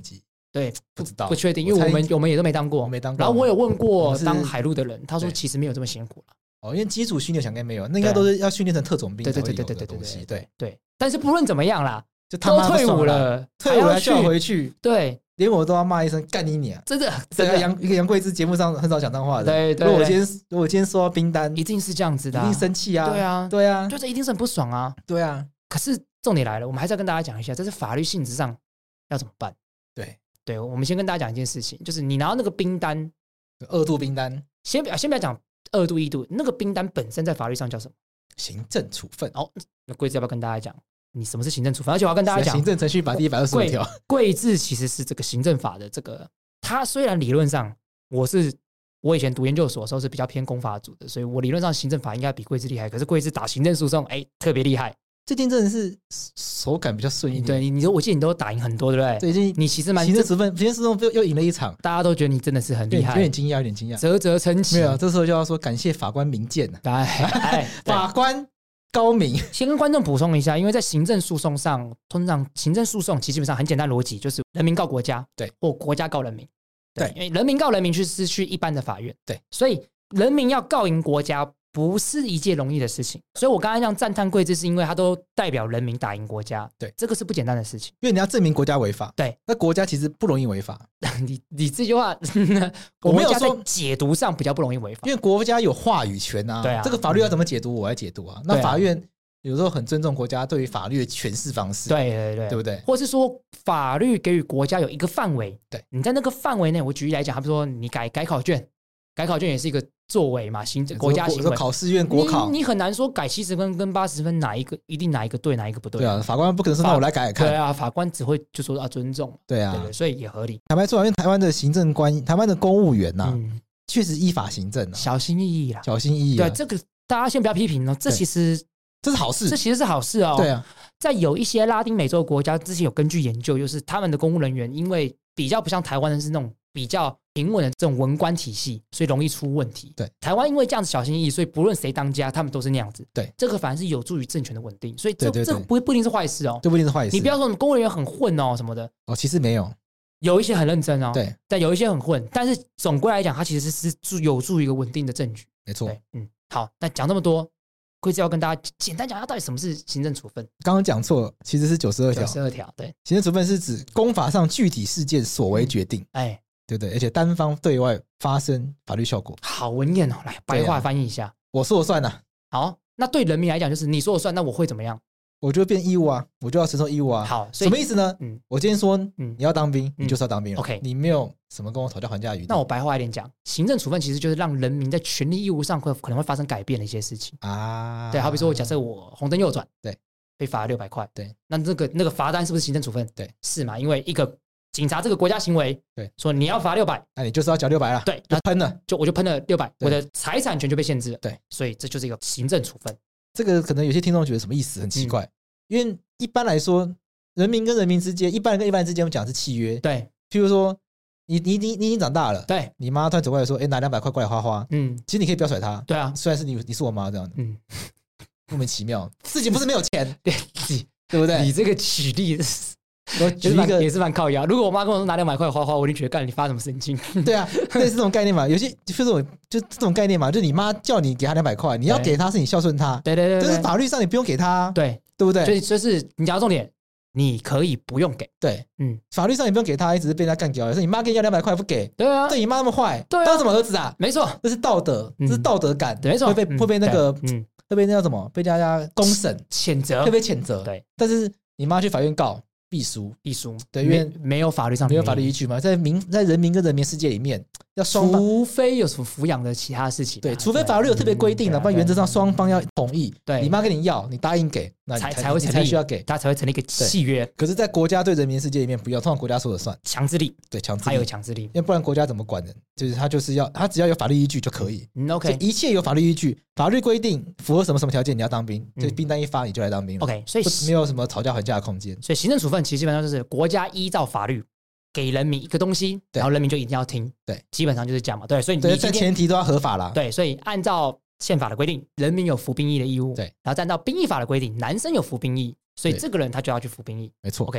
Speaker 3: 对，
Speaker 2: 不知道，
Speaker 3: 不确定，因为我们也都没当过，
Speaker 2: 没当过。
Speaker 3: 然后我有问过当海陆的人，他说其实没有这么辛苦了。
Speaker 2: 哦，因为基础训练想应该没有，那应该都是要训练成特种兵才会有的东西。
Speaker 3: 对。但是不论怎么样啦，
Speaker 2: 就他妈
Speaker 3: 都退伍了，
Speaker 2: 退伍还需要回去，
Speaker 3: 对，
Speaker 2: 连我都要骂一声干你娘！
Speaker 3: 真的，
Speaker 2: 一个杨贵枝节目上很少讲脏话的。
Speaker 3: 对。
Speaker 2: 如果我今天收到兵单，
Speaker 3: 一定是这样子的，
Speaker 2: 一定生气啊！
Speaker 3: 对啊，就是一定是很不爽啊！
Speaker 2: 对啊。
Speaker 3: 可是重点来了，我们还是要跟大家讲一下，这是法律性质上要怎么办？对，我们先跟大家讲一件事情，就是你拿到那个兵单
Speaker 2: ，2度兵单，
Speaker 3: 先不要讲2度1度，那个兵单本身在法律上叫什么？
Speaker 2: 行政处分。
Speaker 3: 那贵志要不要跟大家讲？你什么是行政处分？而且我要跟大家讲，
Speaker 2: 行政程序法第125条，
Speaker 3: 贵志其实是这个行政法的这个，它虽然理论上我以前读研究所的时候是比较偏公法组的，所以我理论上行政法应该比贵志厉害，可是贵志打行政诉讼，特别厉害。
Speaker 2: 这件真的是手感比较顺一点。
Speaker 3: 对，你说我记得你都打赢很多，对不对？
Speaker 2: 最近
Speaker 3: 你其实蛮
Speaker 2: 行政处分，行政诉讼又赢了一场，
Speaker 3: 大家都觉得你真的是很厉害，
Speaker 2: 有点惊讶，
Speaker 3: 啧啧称奇。
Speaker 2: 没有，这时候就要说感谢法官明鉴了。法官高明。先
Speaker 3: 跟观众补充一下，因为在行政诉讼上，通常行政诉讼其实基本上很简单逻辑，就是人民告国家，
Speaker 2: 对，
Speaker 3: 或国家告人民，
Speaker 2: 对，
Speaker 3: 因为人民告人民是去一般的法院，
Speaker 2: 对，
Speaker 3: 所以人民要告赢国家不是一件容易的事情，所以我刚才这样赞叹贵志，是因为他都代表人民打赢国家，
Speaker 2: 对，
Speaker 3: 这个是不简单的事情，
Speaker 2: 因为你要证明国家违法，
Speaker 3: 对，
Speaker 2: 那国家其实不容易违法。
Speaker 3: 你这句话，
Speaker 2: 我没有说
Speaker 3: 在解读上比较不容易违法，
Speaker 2: 因为国家有话语权啊，
Speaker 3: 对啊，
Speaker 2: 这个法律要怎么解读，我来解读啊。那法院有时候很尊重国家对于法律的诠释方式，
Speaker 3: 对
Speaker 2: 不对？
Speaker 3: 或是说法律给予国家有一个范围，
Speaker 2: 对，
Speaker 3: 你在那个范围内，我举例来讲，比如说你改考卷也是一个作为嘛，国家行为。
Speaker 2: 考试院国考，
Speaker 3: 你很难说改70分跟80分哪一个对，哪一个不对。
Speaker 2: 对啊，法官不可能说那我来改看。
Speaker 3: 对啊，法官只会就说尊重。
Speaker 2: 对啊，
Speaker 3: 所以也合理。
Speaker 2: 坦白说，因为台湾的台湾的公务员呐，确实依法行政，
Speaker 3: 小心翼翼啦，
Speaker 2: 小心翼翼。
Speaker 3: 对，这个大家先不要批评哦，这是
Speaker 2: 好事，
Speaker 3: 这其实是好事哦。
Speaker 2: 对啊，
Speaker 3: 在有一些拉丁美洲国家，之前有根据研究，就是他们的公务人员因为比较不像台湾人是那种比较平稳的这种文官体系，所以容易出问题。
Speaker 2: 对，
Speaker 3: 台湾因为这样子小心翼翼，所以不论谁当家，他们都是那样子。
Speaker 2: 对，
Speaker 3: 这个反而是有助于政权的稳定，所以这
Speaker 2: 个
Speaker 3: 不一定是坏事哦。
Speaker 2: 这不一定是坏事。
Speaker 3: 你不要说什么公务人员很混哦什么的
Speaker 2: 哦，其实没有，
Speaker 3: 有一些很认真哦。
Speaker 2: 对，
Speaker 3: 但有一些很混，但是总归来讲，它其实是有助于一个稳定的政局。
Speaker 2: 没错。
Speaker 3: 好，那讲这么多。贵志要跟大家简单讲一下到底什么是行政处分。
Speaker 2: 刚刚讲错，其实是92条。
Speaker 3: 92条，对，
Speaker 2: 行政处分是指公法上具体事件所为决定，对不对？而且单方对外发生法律效果。
Speaker 3: 好文言哦，来白话翻译一下。
Speaker 2: 我说了算啊。
Speaker 3: 好，那对人民来讲就是你说了算，那我会怎么样？
Speaker 2: 我就变义务啊，我就要承受义务啊。
Speaker 3: 好，
Speaker 2: 什么意思呢？我今天说你要当兵，你就是要当兵了。
Speaker 3: OK，
Speaker 2: 你没有什么跟我讨价还价的余地。
Speaker 3: 那我白话一点讲，行政处分其实就是让人民在权利义务上可能会发生改变的一些事情啊。对，好比说，假设我红灯右转，
Speaker 2: 对，
Speaker 3: 被罚了600块，
Speaker 2: 对，
Speaker 3: 那那个罚单是不是行政处分？
Speaker 2: 对，
Speaker 3: 是嘛？因为一个警察这个国家行为，
Speaker 2: 对，
Speaker 3: 说你要罚600，
Speaker 2: 那你就是要缴600了，
Speaker 3: 对，
Speaker 2: 就喷了，
Speaker 3: 我就喷了600，我的财产权就被限制了，
Speaker 2: 对，
Speaker 3: 所以这就是一个行政处分。
Speaker 2: 这个可能有些听众觉得什么意思，很奇怪。因为一般来说，人民跟人民之间，一般人跟一般人之间，我们讲的是契约。
Speaker 3: 对，
Speaker 2: 譬如说，你已经长大了，
Speaker 3: 对，
Speaker 2: 你妈突然走过来说：“拿200块过来花花。”其实你可以不要甩她。
Speaker 3: 对啊，
Speaker 2: 虽然是你是我妈这样的，莫名其妙，自己不是没有钱，对不对？
Speaker 3: 你这个举例，我举一个也是蛮靠腰。如果我妈跟我说拿200块花花，我就觉得干你发什么神经？
Speaker 2: 对啊，类似这种概念嘛。有些就是这种概念嘛，就你妈叫你给她200块，你要给她是你孝顺她。
Speaker 3: 对，
Speaker 2: 但是法律上你不用给她，对不对？
Speaker 3: 所以是你讲到重点，你可以不用给。对，
Speaker 2: 法律上你不用给她，只是被人家干掉了。是你妈给你要200块不给，对啊，对你妈那么坏，
Speaker 3: 对啊，
Speaker 2: 当什么儿子啊？
Speaker 3: 没错，
Speaker 2: 这是道德，这是道德感，
Speaker 3: 没错，
Speaker 2: 会被那个会被那叫什么？被大家公审
Speaker 3: 谴责，
Speaker 2: 会被谴责。对，但是你妈去法院告。必输，对，因为
Speaker 3: 没有法律上
Speaker 2: 没有法律依据嘛，在人民跟人民世界里面，要双方，
Speaker 3: 除非有什么抚养的其他事情，
Speaker 2: 对，除非法律有特别规定了，不然原则上双方要同意。对，你妈跟你要，你答应给，那
Speaker 3: 才会成立，
Speaker 2: 才需要给，
Speaker 3: 他才会成立一个契约。
Speaker 2: 可是，在国家对人民世界里面，不要，通常国家说了算，
Speaker 3: 强制力，
Speaker 2: 对，强制力，
Speaker 3: 还有强制力，
Speaker 2: 因为不然国家怎么管人？就是他只要有法律依据就可以。
Speaker 3: OK，
Speaker 2: 一切有法律依据，法律规定符合什么条件你要当兵，就兵单一发你就来当兵了。
Speaker 3: OK， 所以
Speaker 2: 没有什么讨价还价的空间。
Speaker 3: 所以行政处分其实基本上就是国家依照法律给人民一个东西，然后人民就一定要听。对，基本上就是这样嘛。对，所以你
Speaker 2: 在前提都要合法啦。
Speaker 3: 对，所以按照宪法的规定，人民有服兵役的义务。对，然后按照兵役法的规定，男生有服兵役，所以这个人他就要去服兵役。
Speaker 2: 没错。
Speaker 3: OK， 所以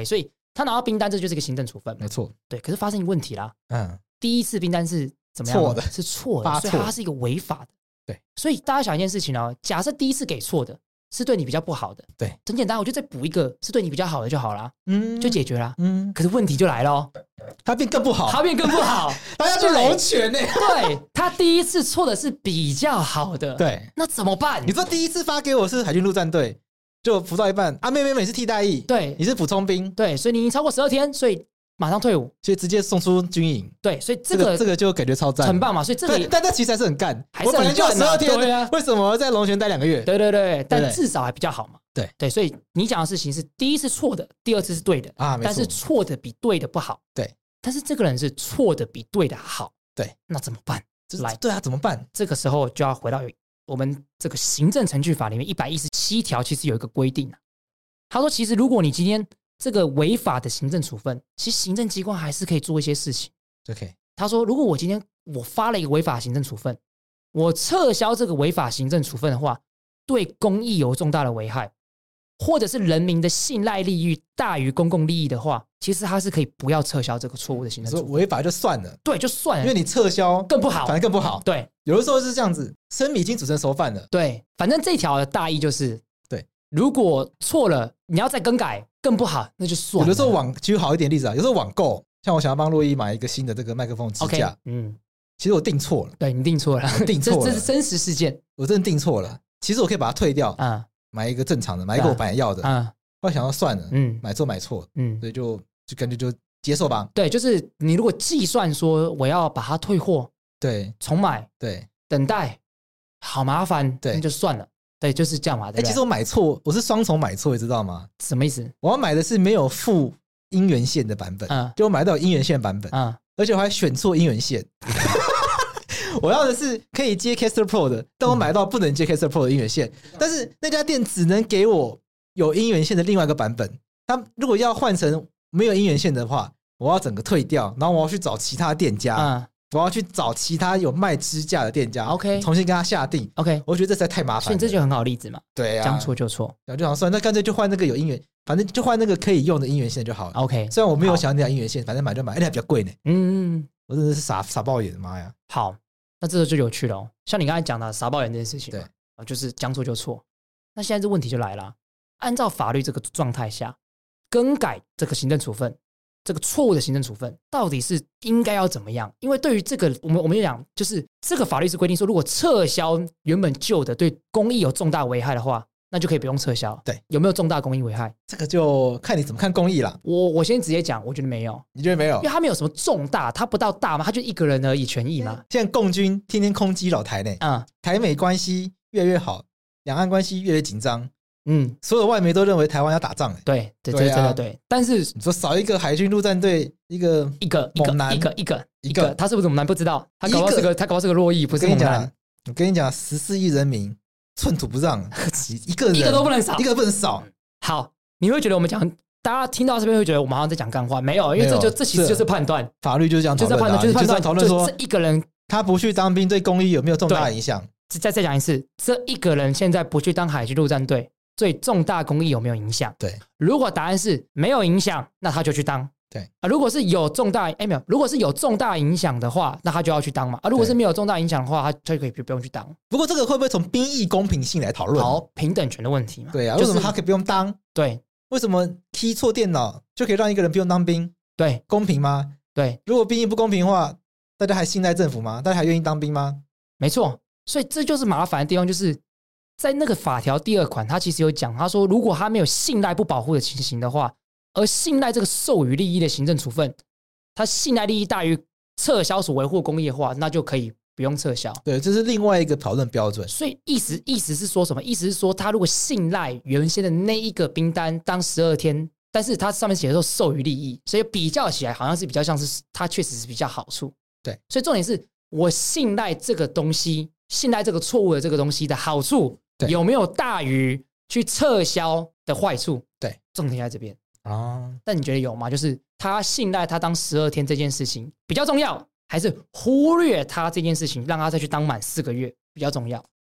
Speaker 3: 他拿到兵单，这就是一个行政处分，
Speaker 2: 没错。
Speaker 3: 对，可是发生一个问题啦，第一次兵单是怎么样？
Speaker 2: 错的，
Speaker 3: 是错的，所以它是一个违法的。
Speaker 2: 对，
Speaker 3: 所以大家想一件事情哦，假设第一次给错的是对你比较不好的，
Speaker 2: 对，
Speaker 3: 很简单，我就再补一个是对你比较好的就好啦，就解决啦。可是问题就来了哦，
Speaker 2: 它变更不好，
Speaker 3: 它变更不好，
Speaker 2: 大家去揉拳呢。
Speaker 3: 对，他第一次错的是比较好的，
Speaker 2: 对，
Speaker 3: 那怎么办？
Speaker 2: 你说第一次发给我是海军陆战队，就服到一半啊，妹是替代役，
Speaker 3: 对，
Speaker 2: 你是补充兵，
Speaker 3: 对，所以你已经超过12天，所以马上退伍，
Speaker 2: 所以直接送出军营。
Speaker 3: 对，所以这
Speaker 2: 个就感觉超赞，
Speaker 3: 很棒嘛。所以这个，
Speaker 2: 但其实还是很干，
Speaker 3: 还是很干。
Speaker 2: 我本来就12天，
Speaker 3: 对啊，
Speaker 2: 为什么在龙泉待2个月？
Speaker 3: 对，但至少还比较好嘛。
Speaker 2: 对，
Speaker 3: 所以你讲的事情是第一次错的，第二次是对的啊，但是错的比对的不好。
Speaker 2: 对，
Speaker 3: 但是这个人是错的比对的好。
Speaker 2: 对，
Speaker 3: 那怎么办？来，
Speaker 2: 对啊，怎么办？
Speaker 3: 这个时候就要回到我们这个行政程序法里面117条，其实有一个规定啊。他说，其实如果你今天这个违法的行政处分，其实行政机关还是可以做一些事情。
Speaker 2: OK，
Speaker 3: 他说，如果我今天我发了一个违法行政处分，我撤销这个违法行政处分的话，对公益有重大的危害，或者是人民的信赖利益大于公共利益的话，其实他是可以不要撤销这个错误的行政处分。
Speaker 2: 违法就算了，
Speaker 3: 对，就算了，
Speaker 2: 因为你撤销
Speaker 3: 更不好，
Speaker 2: 反而更不好。
Speaker 3: 对，
Speaker 2: 有的时候是这样子，生米已经煮成熟饭了。
Speaker 3: 对，反正这条的大意就是，
Speaker 2: 对，
Speaker 3: 如果错了，你要再更改更不好，那就算了。
Speaker 2: 有的时候举好一点例子啊，有时候网购，像我想要帮洛伊买一个新的这个麦克风支架，其实我订错了。
Speaker 3: 对，你订错了，
Speaker 2: 订错了，
Speaker 3: 这是真实事件，
Speaker 2: 我真的订错了。其实我可以把它退掉，买一个正常的，买一个我本来要的。后来想到算了，买错，所以就感觉就接受吧。
Speaker 3: 对，就是你如果计算说我要把它退货，
Speaker 2: 对，
Speaker 3: 重买，
Speaker 2: 对，
Speaker 3: 等待，好麻烦，
Speaker 2: 对，
Speaker 3: 那就算了。对，就是这样嘛。对，
Speaker 2: 其实我买错，我是双重买错，你知道吗？
Speaker 3: 什么意思？
Speaker 2: 我要买的是没有附音源线的版本，就我买到音源线版本，而且我还选错音源线。我要的是可以接 Caster Pro 的，但我买到不能接 Caster Pro 的音源线，但是那家店只能给我有音源线的另外一个版本。他如果要换成没有音源线的话，我要整个退掉，然后我要去找其他店家，我要去找其他有卖支架的店家 ，OK， 重新跟他下定
Speaker 3: ，OK，
Speaker 2: 我觉得这实在太麻烦了。
Speaker 3: 所以这就很好例子嘛，
Speaker 2: 对啊，
Speaker 3: 将错就错，
Speaker 2: 然后就想算，那干脆就换那个有音源，反正就换那个可以用的音源线就好了
Speaker 3: ，OK。
Speaker 2: 虽然我没有想要那条音源线，反正买就买，而且还比较贵呢。我真的是傻爆眼，妈呀！
Speaker 3: 好，那这个就有趣了哦。像你刚才讲的傻爆眼这件事情，
Speaker 2: 对，
Speaker 3: 就是将错就错。那现在这问题就来了，按照法律这个状态下，更改这个行政处分。这个错误的行政处分到底是应该要怎么样？因为对于这个，我们就讲，就是这个法律是规定说，如果撤销原本旧的对公益有重大危害的话，那就可以不用撤销。
Speaker 2: 对，
Speaker 3: 有没有重大公益危害？
Speaker 2: 这个就看你怎么看公益啦。
Speaker 3: 我先直接讲，我觉得没有。
Speaker 2: 你觉得没有？
Speaker 3: 因为他没有什么重大，他不到大嘛，他就一个人而已，权益嘛。
Speaker 2: 现在共军天天空击扰台呢，台美关系越来越好，两岸关系越来越紧张。所有外媒都认为台湾要打仗。
Speaker 3: 对，这真的对。但是
Speaker 2: 你说少一个海军陆战队，一个猛男，
Speaker 3: 一个，他是不是猛男不知道？他搞不好是个洛邑，不是猛男。
Speaker 2: 我跟你讲，14亿人民寸土不让，一个
Speaker 3: 都不能少，
Speaker 2: 一个不能少。
Speaker 3: 好，你会觉得我们讲，大家听到这边会觉得我们好像在讲干话，没有，因为这其实就是判断，
Speaker 2: 法律就是这样讨论的，就是判断讨论说，
Speaker 3: 这一个人
Speaker 2: 他不去当兵对公益有没有重大影响？
Speaker 3: 再讲一次，这一个人现在不去当海军陆战队。对重大公益有没有影响？
Speaker 2: 对，
Speaker 3: 如果答案是没有影响，那他就去当。
Speaker 2: 对
Speaker 3: 如果是有重大没有，如果是有重大影响的话，那他就要去当嘛。如果是没有重大影响的话，他就可以不用去当。
Speaker 2: 不过这个会不会从兵役公平性来讨论？
Speaker 3: 好，平等权的问题嘛。
Speaker 2: 对啊，为什么他可以不用当？
Speaker 3: 对，
Speaker 2: 为什么踢错电脑就可以让一个人不用当兵？
Speaker 3: 对，
Speaker 2: 公平吗？
Speaker 3: 对，
Speaker 2: 如果兵役不公平的话，大家还信赖政府吗？大家还愿意当兵吗？
Speaker 3: 没错，所以这就是麻烦的地方，就是在那个法条第2款，他其实有讲，他说如果他没有信赖不保护的情形的话，而信赖这个授予利益的行政处分，他信赖利益大于撤销所维护公益的话，那就可以不用撤销。
Speaker 2: 对，这是另外一个讨论标准。
Speaker 3: 所以意思是说什么？意思是说，他如果信赖原先的那一个兵单当12天，但是他上面写的说授予利益，所以比较起来好像是比较像是他确实是比较好处。
Speaker 2: 对，
Speaker 3: 所以重点是我信赖这个东西，信赖这个错误的这个东西的好处有没有大于去撤销的坏处？
Speaker 2: 对，
Speaker 3: 重点在这边啊。但你觉得有吗？就是他信赖他当12天这件事情比较重要，还是忽略他这件事情让他再去当满4个月比较重要？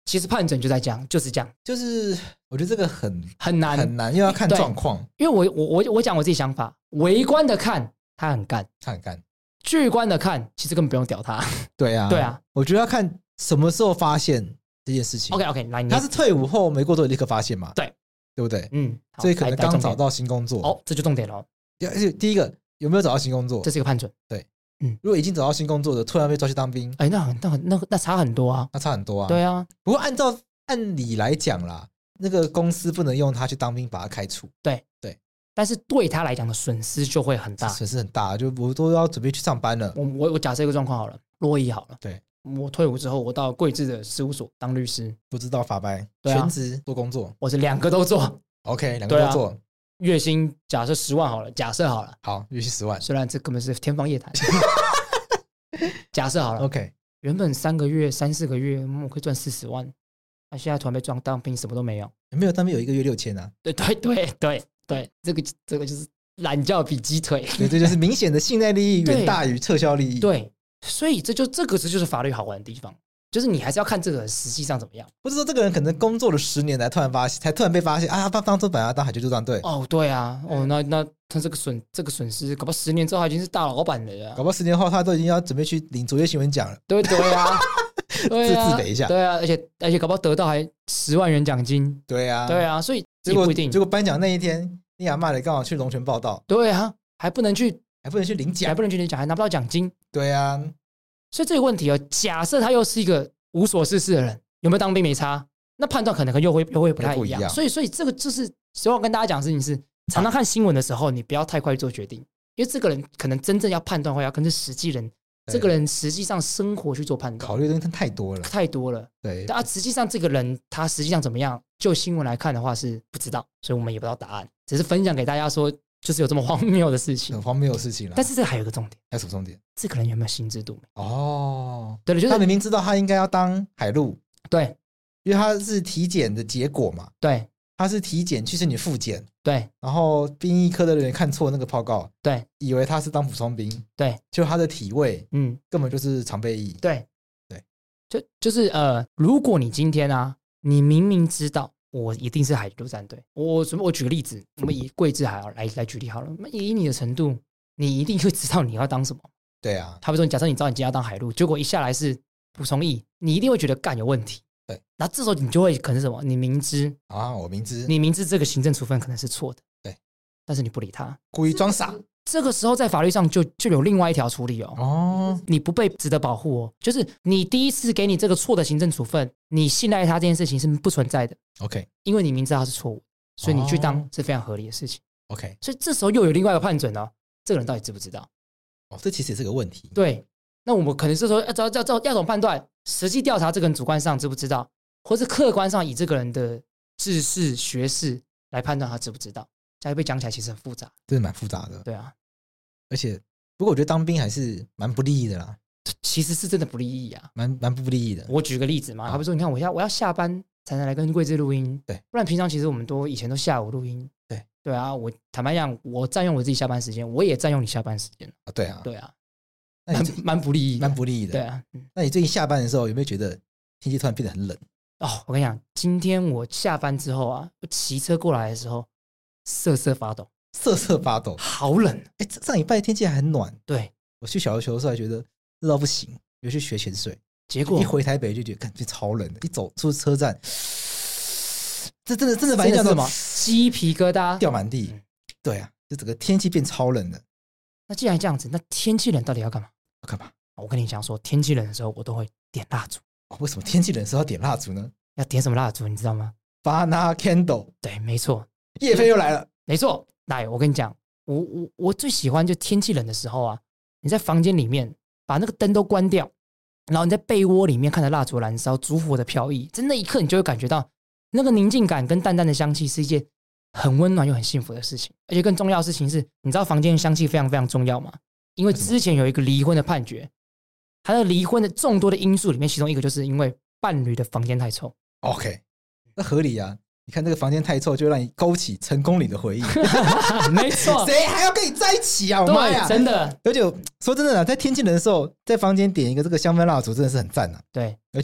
Speaker 3: 其实判准就在讲，就是这样，
Speaker 2: 就是我觉得这个很
Speaker 3: 难，
Speaker 2: 又要看状况。
Speaker 3: 因为我讲我自己想法，围观的看他很干，巨观的看其实根本不用屌他。
Speaker 2: 对啊，我觉得要看什么时候发现这件事情。
Speaker 3: OK， 来，
Speaker 2: 他是退伍后没过多久立刻发现嘛？对不对？所以可能刚找到新工作。
Speaker 3: 这就重点了。
Speaker 2: 第一个有没有找到新工作？
Speaker 3: 这是一个判准。
Speaker 2: 对。如果已经找到新工作的，突然被抓去当兵，
Speaker 3: 那差很多啊，对啊。
Speaker 2: 不过按理来讲啦，那个公司不能用他去当兵把他开除。
Speaker 3: 对，但是对他来讲的损失就会很大，
Speaker 2: 损失很大，就我都要准备去上班了。
Speaker 3: 我假设一个状况好了，洛伊好了，
Speaker 2: 对，
Speaker 3: 我退伍之后，我到贵志的事务所当律师，
Speaker 2: 不知道法白，全职做工作，
Speaker 3: 我是2个都做。
Speaker 2: OK， 2个都做。
Speaker 3: 月薪假设10万好了，假设好了，
Speaker 2: 好，月薪10万，
Speaker 3: 虽然这根本是天方夜谭。假设好了
Speaker 2: ，OK，
Speaker 3: 原本3个月、3、4个月，我可以赚40万，那现在突然被撞当兵，什么都没有，
Speaker 2: 没有当兵有1个月6000啊。
Speaker 3: 对，这个就是懒觉比鸡腿，
Speaker 2: 对，这就是明显的信赖利益远大于撤销利益。
Speaker 3: 对，所以这个就是法律好玩的地方。就是你还是要看这个人实际上怎么样，
Speaker 2: 或者说这个人可能工作了10年才突然被发现啊，他当初本来要当海军陆战队。
Speaker 3: 对啊，那他这个损失，搞不好10年之后他已经是大老板了，
Speaker 2: 搞不好10年后他都已经要准备去领卓越新闻奖了。
Speaker 3: 对啊，
Speaker 2: 自北一下。
Speaker 3: 对啊，而且搞不好得到还10万元奖金。对啊，所以不一定。
Speaker 2: 结果颁奖那一天，你阿嬷也刚好去龙泉报道。
Speaker 3: 对啊，还不能去
Speaker 2: 领奖，
Speaker 3: 还拿不到奖金。
Speaker 2: 对啊。
Speaker 3: 所以这个问题假设他又是一个无所事事的人，有没有当兵没差，那判断可能又会不太一样。所以这个就是希望跟大家讲的事情是，常常看新闻的时候，你不要太快做决定，因为这个人可能真正要判断的话，要跟着实际人，这个人实际上生活去做判断，
Speaker 2: 考虑的东西太多了。对，
Speaker 3: 但实际上这个人他实际上怎么样，就新闻来看的话是不知道，所以我们也不知道答案，只是分享给大家说。就是有这么荒谬的事情，
Speaker 2: 很荒谬的事情了。
Speaker 3: 但是这还有一个重点，
Speaker 2: 还有什么重点？
Speaker 3: 这个人有没有心知肚明？
Speaker 2: 对了，就是他明明知道他应该要当海陆，
Speaker 3: 对，
Speaker 2: 因为他是体检的结果嘛，
Speaker 3: 对，
Speaker 2: 他是体检去申请复检，
Speaker 3: 对，
Speaker 2: 然后兵役科的人看错那个报告，
Speaker 3: 对，
Speaker 2: 以为他是当普通兵，
Speaker 3: 对，
Speaker 2: 就他的体位，根本就是常备役，
Speaker 3: 对，就是如果你今天啊，你明明知道。我一定是海陆战队。我举个例子，我们以贵志海来举例好了。以你的程度，你一定会知道你要当什么。
Speaker 2: 对啊，
Speaker 3: 他会说，假设你知道你今天要当海陆，结果一下来是补充役，你一定会觉得干有问题。
Speaker 2: 对，
Speaker 3: 那这时候你就会可能是什么？你明知
Speaker 2: 我明知，
Speaker 3: 你明知这个行政处分可能是错的，
Speaker 2: 对，
Speaker 3: 但是你不理他，
Speaker 2: 故意装傻。
Speaker 3: 这个时候在法律上就有另外一条处理你不被值得保护就是你第一次给你这个错的行政处分，你信赖他这件事情是不存在的。
Speaker 2: OK，
Speaker 3: 因为你明知道他是错误，所以你去当是非常合理的事情。
Speaker 2: OK，
Speaker 3: 所以这时候又有另外一个判准这个人到底知不知道？
Speaker 2: 这其实也是个问题。
Speaker 3: 对，那我们可能是说要怎么判断？实际调查这个人主观上知不知道，或是客观上以这个人的知识学识来判断他知不知道。加一倍讲起来其实很复杂，
Speaker 2: 真的蛮复杂的。
Speaker 3: 对啊，
Speaker 2: 而且不过我觉得当兵还是蛮不利益的啦。
Speaker 3: 其实是真的不利益啊，
Speaker 2: 蛮不利益的。我
Speaker 3: 举个例子嘛，好比说，你看我要下班才能来跟贵志录音，
Speaker 2: 对，
Speaker 3: 不然平常其实我们以前都下午录音，对啊。我坦白讲，我占用我自己下班时间，我也占用你下班时间
Speaker 2: 对啊，
Speaker 3: 蛮不利益，
Speaker 2: 蛮不利益的。
Speaker 3: 对啊，
Speaker 2: 那你最近下班的时候有没有觉得天气突然变得很冷？
Speaker 3: 我跟你讲，今天我下班之后啊，骑车过来的时候，瑟瑟发抖，好冷。
Speaker 2: 上礼拜天气还很暖，
Speaker 3: 对，
Speaker 2: 我去小琉球的时候还觉得热到不行，有去学潜水，
Speaker 3: 结果
Speaker 2: 一回台北就觉得感觉超冷的，一走出车站，这真的把你叫
Speaker 3: 什么鸡皮疙瘩
Speaker 2: 掉满地。对啊，就整个天气变超冷的。
Speaker 3: 那既然这样子，那天气冷到底要干嘛？
Speaker 2: 我
Speaker 3: 跟你讲说，天气冷的时候我都会点蜡烛。
Speaker 2: 为什么天气冷的时候要点蜡烛呢？
Speaker 3: 要点什么蜡烛你知道吗？
Speaker 2: Fana Candle。
Speaker 3: 对，没错，
Speaker 2: 业配又来了。
Speaker 3: 没错，来，我跟你讲，我最喜欢就天气冷的时候啊，你在房间里面把那个灯都关掉，然后你在被窝里面看着蜡烛燃烧，烛火的飘逸，在那一刻你就会感觉到那个宁静感跟淡淡的香气是一件很温暖又很幸福的事情。而且更重要的事情是，你知道房间的香气非常非常重要吗？因为之前有一个离婚的判决，他的离婚的众多的因素里面，其中一个就是因为伴侣的房间太臭。
Speaker 2: OK， 那合理啊。你看这个房间太臭，就让你勾起成功里的回忆。
Speaker 3: 没错，
Speaker 2: 谁还要跟你在一起啊？我妈呀，
Speaker 3: 真的。
Speaker 2: 而且说真的啊，在天气冷的时候，在房间点一个这个香氛蜡烛，真的是很赞啊。
Speaker 3: 对，
Speaker 2: 而且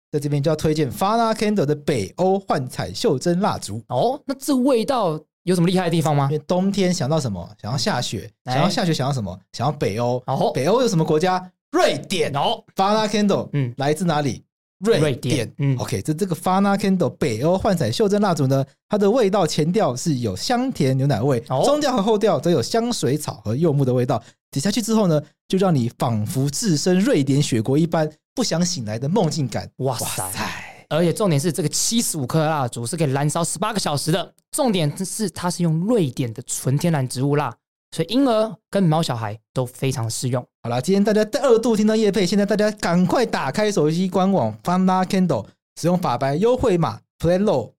Speaker 2: 在这边就要推荐 Fana Candle 的北欧幻彩袖珍蜡烛。
Speaker 3: 哦，那这味道有什么厉害的地方吗？
Speaker 2: 因为冬天想到什么？想要下雪。想要下雪想要什么？想要北欧。
Speaker 3: 哦，
Speaker 2: 北欧有什么国家？瑞典。
Speaker 3: 哦
Speaker 2: Fana Candle，来自哪里？瑞典。OK， 这个 Fana Candle 北欧幻彩袖珍蜡烛呢，它的味道前调是有香甜牛奶味，中调和后调则有香水草和柚木的味道。点下去之后呢，就让你仿佛置身瑞典雪国一般，不想醒来的梦境感。哇塞！
Speaker 3: 而且重点是这个75克蜡烛是可以燃烧18个小时的，重点是它是用瑞典的纯天然植物蜡，所以婴儿跟毛小孩都非常适用。
Speaker 2: 好啦，今天大家2度听到业配，现在大家赶快打开手机官网 Fana Candle， 使用法白优惠码 PLAINLAW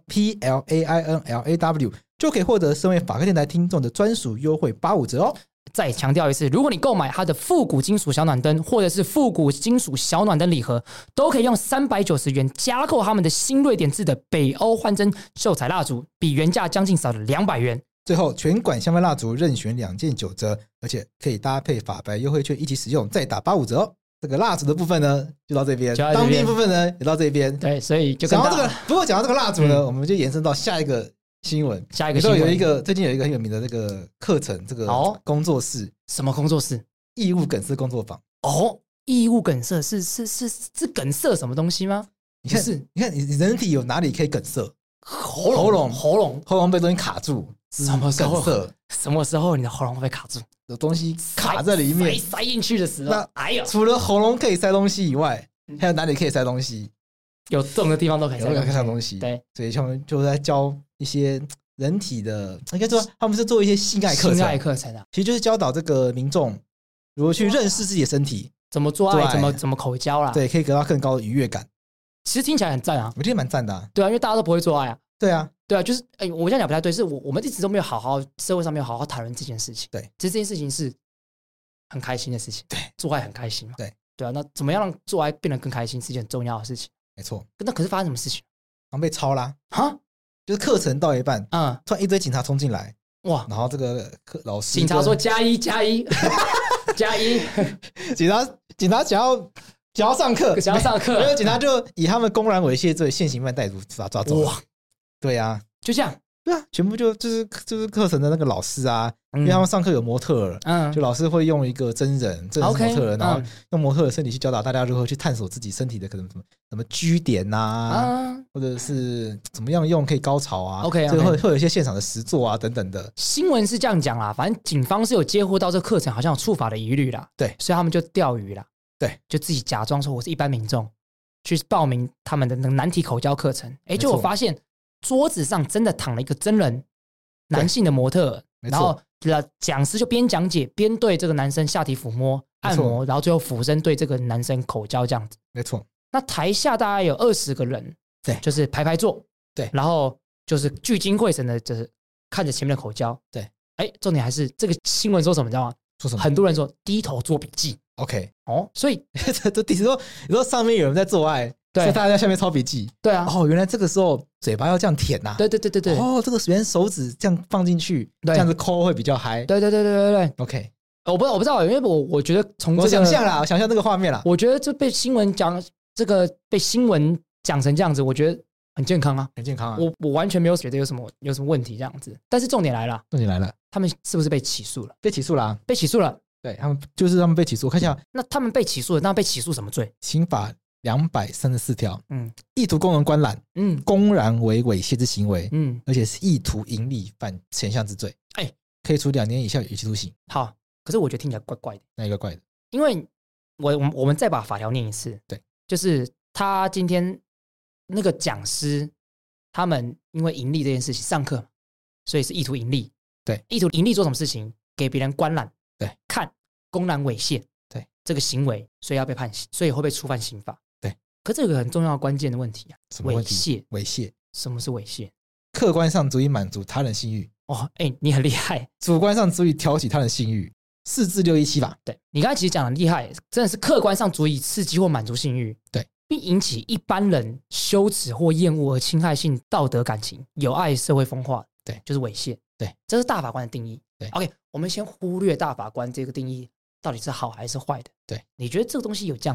Speaker 2: PLAINLAW 就可以获得身为法克电台听众的专属优惠85折哦。
Speaker 3: 再强调一次，如果你购买它的复古金属小暖灯或者是复古金属小暖灯礼盒，都可以用390元加购他们的新瑞典制的北欧幻真秀彩蜡烛，比原价将近少了200元。
Speaker 2: 最后全馆香氛蜡烛任选2件9折，而且可以搭配法白优惠券一起使用，再打85折哦。这个蜡烛的部分呢，就到这边；当兵部分呢，也到这边。
Speaker 3: 对，所以就
Speaker 2: 讲到这个，不过讲到这个蜡烛呢，我们就延伸到下一个新闻。
Speaker 3: 下一个新闻
Speaker 2: 最近有一个很有名的这个课程，这个工作室。
Speaker 3: 什么工作室？
Speaker 2: 异物梗塞工作坊。
Speaker 3: 哦，异物梗塞是梗塞什么东西吗？
Speaker 2: 你看，你人体有哪里可以梗塞？
Speaker 3: 喉咙
Speaker 2: 被东西卡住。
Speaker 3: 什么时候你的喉咙会被卡住？
Speaker 2: 有东西卡在里面，
Speaker 3: 塞进去的时候，哎呀！
Speaker 2: 除了喉咙可以塞东西以外，还有哪里可以塞东西？
Speaker 3: 有洞的地方都可以
Speaker 2: 塞东西。
Speaker 3: 对，
Speaker 2: 所以他们就在教一些人体的，应该说他们是做一些性爱课程啊，其实就是教导这个民众如何去认识自己的身体，
Speaker 3: 怎么做爱，怎么口交啦，
Speaker 2: 对，可以得到更高的愉悦感。
Speaker 3: 其实听起来很赞啊，
Speaker 2: 我觉得蛮赞的啊。
Speaker 3: 对啊，因为大家都不会做爱啊。
Speaker 2: 对啊，
Speaker 3: 就是我这样讲不太对，是我们一直都没有社会上没有好好谈论这件事情。
Speaker 2: 对，
Speaker 3: 其实这件事情是很开心的事情。
Speaker 2: 对，
Speaker 3: 做爱很开心嘛。
Speaker 2: 对
Speaker 3: 啊，那怎么样让做爱变得更开心是一件很重要的事情。
Speaker 2: 没错。
Speaker 3: 那可是发生什么事情？
Speaker 2: 好像被抄啦。
Speaker 3: 哈，
Speaker 2: 就是课程到一半，突然一堆警察冲进来，哇！然后这个老师
Speaker 3: 警察说加一，警察
Speaker 2: 想要上课，
Speaker 3: 没
Speaker 2: 有警察就以他们公然猥亵罪现行犯逮捕抓走。哇，对啊，
Speaker 3: 就这样，
Speaker 2: 对啊，全部就是课程的那个老师啊，因为他们上课有模特儿，就老师会用一个真人模特儿，然后用模特儿的身体去教导大家如何去探索自己身体的可能什么居点啊，或者是怎么样用可以高潮啊，OK， 会有一些现场的实作啊等等的。
Speaker 3: 新闻是这样讲啦，反正警方是有接获到这个课程好像有触法的疑虑啦，
Speaker 2: 对，
Speaker 3: 所以他们就钓鱼啦。
Speaker 2: 对，
Speaker 3: 就自己假装说我是一般民众，去报名他们的难题口交课程。就我发现桌子上真的躺了一个真人男性的模特，然后讲师就边讲解边对这个男生下体抚摸、按摩，然后最后俯身对这个男生口交这样子。
Speaker 2: 没错。
Speaker 3: 那台下大概有20个人，
Speaker 2: 对，
Speaker 3: 就是排坐，
Speaker 2: 对，
Speaker 3: 然后就是聚精会神的，就是看着前面的口交。
Speaker 2: 对，
Speaker 3: 重点还是这个新闻说什么，你知道吗？
Speaker 2: 说什么？
Speaker 3: 很多人说低头做笔记。
Speaker 2: OK，
Speaker 3: 所以
Speaker 2: 这你说上面有人在做爱，所以大家在下面抄笔记。
Speaker 3: 对啊，
Speaker 2: 原来这个时候嘴巴要这样舔呐。
Speaker 3: 对。这
Speaker 2: 个原来手指这样放进去，这样子抠会比较嗨。
Speaker 3: 对。
Speaker 2: OK，
Speaker 3: 我不知道，因为我觉得从
Speaker 2: 我想象那个画面啦。
Speaker 3: 我觉得这被新闻讲成这样子，我觉得很健康啊，
Speaker 2: 很健康啊。
Speaker 3: 我完全没有觉得有什么问题这样子。但是重点来了，他们是不是被起诉了？
Speaker 2: 被起诉了。对，他们被起诉，我看一下。
Speaker 3: 那他们被起诉了，那被起诉什么罪？
Speaker 2: 刑法234条，意图公然观览，公然为猥亵之行为，而且是意图盈利犯前项之罪，可以处2年以下有期徒刑。
Speaker 3: 好，可是我觉得听起来怪怪的。
Speaker 2: 哪一个怪的？
Speaker 3: 因为我们再把法条念一次，
Speaker 2: 对，
Speaker 3: 就是他今天那个讲师，他们因为盈利这件事情上课，所以是意图盈利。
Speaker 2: 对，
Speaker 3: 意图盈利做什么事情？给别人观览。
Speaker 2: 对，
Speaker 3: 看公然猥亵，
Speaker 2: 对
Speaker 3: 这个行为，所以要被判刑，所以会被触犯刑法。
Speaker 2: 对，
Speaker 3: 可这有个很重要关键的问题啊，
Speaker 2: 什么问题？
Speaker 3: 猥亵，什么是猥亵？
Speaker 2: 客观上足以满足他人性欲。
Speaker 3: 你很厉害。
Speaker 2: 主观上足以挑起他人性欲，4至617法。
Speaker 3: 对，你刚才其实讲的厉害，真的是客观上足以刺激或满足性欲，
Speaker 2: 对，
Speaker 3: 并引起一般人羞耻或厌恶而侵害性道德感情，有碍社会风化。
Speaker 2: 对，
Speaker 3: 就是猥亵。
Speaker 2: 对，
Speaker 3: 这是大法官的定义。
Speaker 2: 对
Speaker 3: ，OK， 我们先忽略大法官这个定义到底是好还是坏的。
Speaker 2: 对，
Speaker 3: 你觉得这个东西有这样子吗？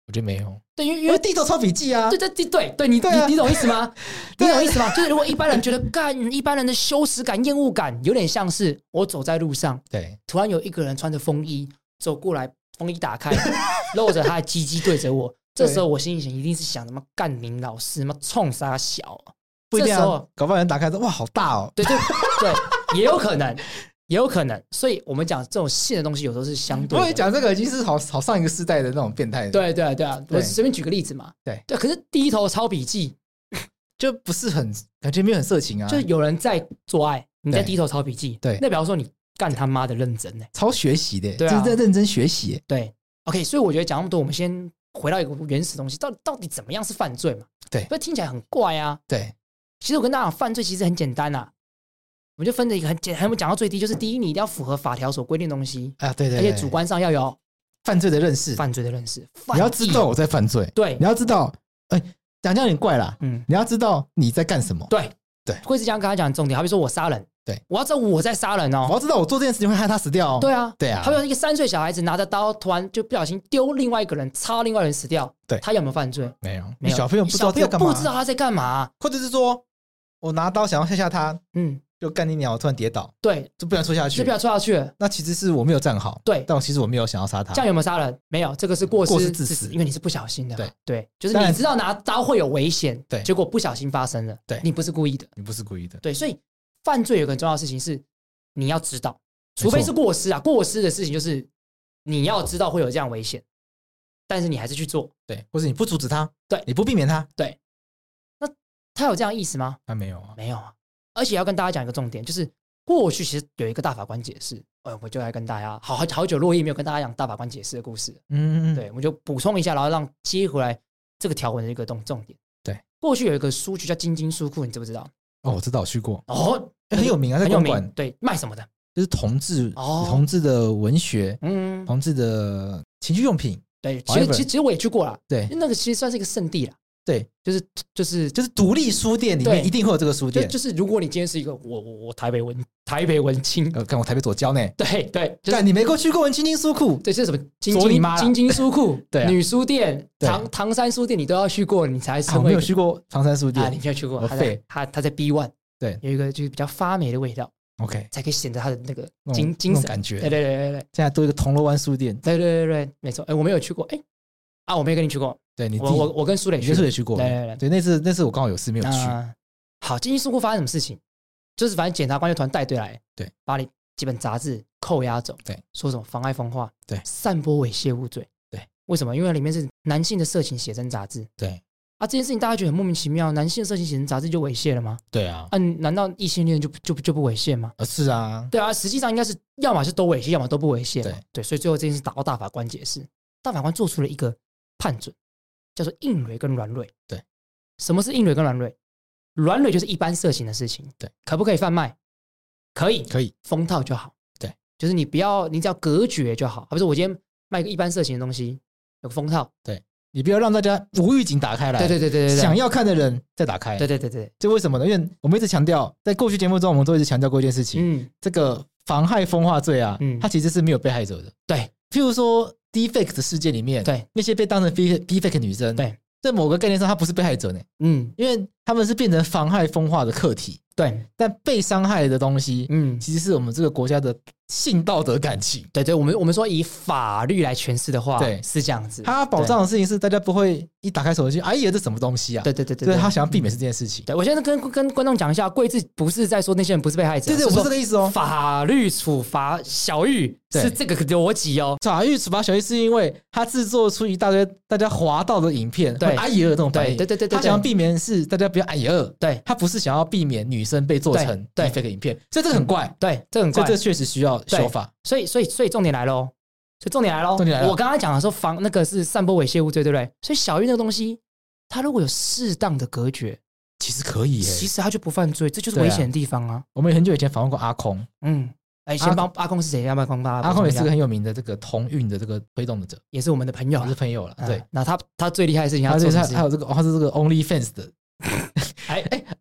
Speaker 2: 我觉得没有。
Speaker 3: 对，因为
Speaker 2: 低头抄笔记啊。
Speaker 3: 对，你懂意思吗？你懂意思吗？就是如果一般人觉得一般人的羞耻感、厌恶感，有点像是我走在路上，
Speaker 2: 对，
Speaker 3: 突然有一个人穿着风衣走过来，风衣打开，露着他的鸡鸡对着我，这时候我心里想一定是想什么干你老师，妈冲杀小，
Speaker 2: 不一定
Speaker 3: 这时候
Speaker 2: 搞不好人打开说哇好大哦。
Speaker 3: 对，也有可能。也有可能，所以我们讲这种性的东西，有时候是相对的。
Speaker 2: 我也讲这个已经是好上一个世代的那种变态。
Speaker 3: 对啊，我随便举个例子嘛。对，可是低头抄笔记
Speaker 2: 就不是很感觉没有很色情啊。
Speaker 3: 就是有人在做爱，你在低头抄笔记，对，那比方说你干他妈的认真呢，
Speaker 2: 超学习的，
Speaker 3: 对啊，
Speaker 2: 在认真学习。
Speaker 3: 对 ，OK， 所以我觉得讲那么多，我们先回到一个原始东西，到底怎么样是犯罪嘛？
Speaker 2: 对，
Speaker 3: 不听起来很怪啊。
Speaker 2: 对，
Speaker 3: 其实我跟大家讲，犯罪其实很简单啊。我们就分的一个很简单，我们讲到最低，就是第一，你一定要符合法条所规定的东西
Speaker 2: 啊，对，
Speaker 3: 而且主观上要有
Speaker 2: 犯罪的认识，你要知道我在犯罪，
Speaker 3: 对，
Speaker 2: 你要知道，讲有点怪啦，你要知道你在干什么，
Speaker 3: 对，会是这样跟他讲重点，好比说我杀人，对，我要知道我在杀人哦，
Speaker 2: 我要知道我做这件事情会害他死掉哦，
Speaker 3: 对啊，
Speaker 2: 对啊，
Speaker 3: 好比说一个3岁小孩子拿着刀，突然就不小心丢另外一个人，插另外一个人死掉，对，他有没有犯罪？
Speaker 2: 没有，小朋友不知道
Speaker 3: 他在干嘛，
Speaker 2: 或者是说我拿刀想要吓他，就干你鸟，突然跌倒，
Speaker 3: 对，
Speaker 2: 就不想戳下去，了。那其实是我没有站好，对，但其实我没有想要杀他。
Speaker 3: 这样有没有杀人？没有，这个是过失致死，因为你是不小心的。对，就是你知道拿刀会有危险，对，结果不小心发生了，对，你不是故意的，对，所以犯罪有个很重要的事情是你要知道，除非是过失啊，过失的事情就是你要知道会有这样危险，但是你还是去做，
Speaker 2: 对，或是你不阻止他，
Speaker 3: 对，
Speaker 2: 你不避免他，
Speaker 3: 对，那他有这样意思吗？
Speaker 2: 他没有啊，
Speaker 3: 没有啊。而且要跟大家讲一个重点，就是过去其实有一个大法官解释，我就来跟大家好久落叶没有跟大家讲大法官解释的故事，对，我们就补充一下，然后让接回来这个条文的一个重点。对，过去有一个书局叫京津书库，你知不知道？哦，
Speaker 2: 我知道，我去过。
Speaker 3: 哦，
Speaker 2: 很有名啊，在公馆。
Speaker 3: 对，卖什么的？
Speaker 2: 就是同志的文学，同志的情趣用品。
Speaker 3: 对，其实我也去过啦。对，那个其实算是一个圣地啦。
Speaker 2: 对，
Speaker 3: 就是
Speaker 2: 独立书店里面一定会有这个书店。
Speaker 3: 就是如果你今天是一个我台北文青，
Speaker 2: 看我台北左交呢。
Speaker 3: 对，
Speaker 2: 就是你没去过文青书库，
Speaker 3: 对，这是什么京津书库？对，女书店、唐山书店你都要去过，你才成为。
Speaker 2: 我没有去过唐山书店，
Speaker 3: 你没有去过？他在 B1， 对，有一个就是比较发霉的味道。OK， 才可以显得他的那个精神
Speaker 2: 感觉。
Speaker 3: 对，
Speaker 2: 现在多一个铜锣湾书店。
Speaker 3: 对，没错。我没有去过。我没跟你去过。对，我跟苏磊
Speaker 2: 去过。对，那次我刚好有事没有去。
Speaker 3: 好，京津书库发生什么事情？就是反正检察官就突然带队来，对，把你几本杂志扣押走，对，说什么妨碍风化，对，散播猥亵物罪，对，为什么？因为里面是男性的色情写真杂志，对。这件事情大家觉得很莫名其妙，男性的色情写真杂志就猥亵了吗？对啊，难道异性恋就不猥亵吗？是啊，对啊，实际上应该是要么是都猥亵，要么都不猥亵，对，所以最后这件事打到大法官解释，大法官做出了一个判准，叫做硬蕊跟软蕊。对，什么是硬蕊跟软蕊？软蕊就是一般色情的事情，对，可不可以贩卖？可以，封套就好。对，就是你只要隔绝就好。比如说我今天卖一个一般色情的东西，有个封套，对。
Speaker 2: 你不要让大家无预警打开来，对，想要看的人再打开，对，这为什么呢？因为我们一直强调，在过去节目中，我们都一直强调过一件事情，这个妨害风化罪啊，它其实是没有被害者的，对。譬如说 defect 的事件里面，对那些被当成 defect 女生，对，在某个概念上，她不是被害者呢，因为他们是变成妨害风化的客体，对。但被伤害的东西，其实是我们这个国家的性道德感情，对，我们说以法律来诠释的话，对，是这样子。他保障的事情是大家不会一打开手机，哎呀，这什么东西啊？对，他想要避免是这件事情。对，我现在跟观众讲一下，贵志不是在说那些人不是被害者，对，我不是这个意思哦。法律处罚小玉是这个逻辑哦。法律处罚小玉是因为他制作出一大堆大家滑到的影片，对，哎呀这种反应，对，他想要避免是大家不要哎呀，对，他不是想要避免女生被做成 fake 影片，所以这个很怪，对，这很怪，这确实需要修法。所以重点来喽，我刚刚讲的时候，那个是散播猥亵物罪，对不对？所以小玉那个东西，它如果有适当的隔绝，其实可以耶，其实他就不犯罪，这就是危险的地方啊。我们很久以前访问过阿空，先帮阿空是谁？要不要帮阿空也是个很有名的这个同运的这个推动者，也是我们的朋友，是朋友了。对，那他最厉害的事情，他有这个，他是这个 OnlyFans 的。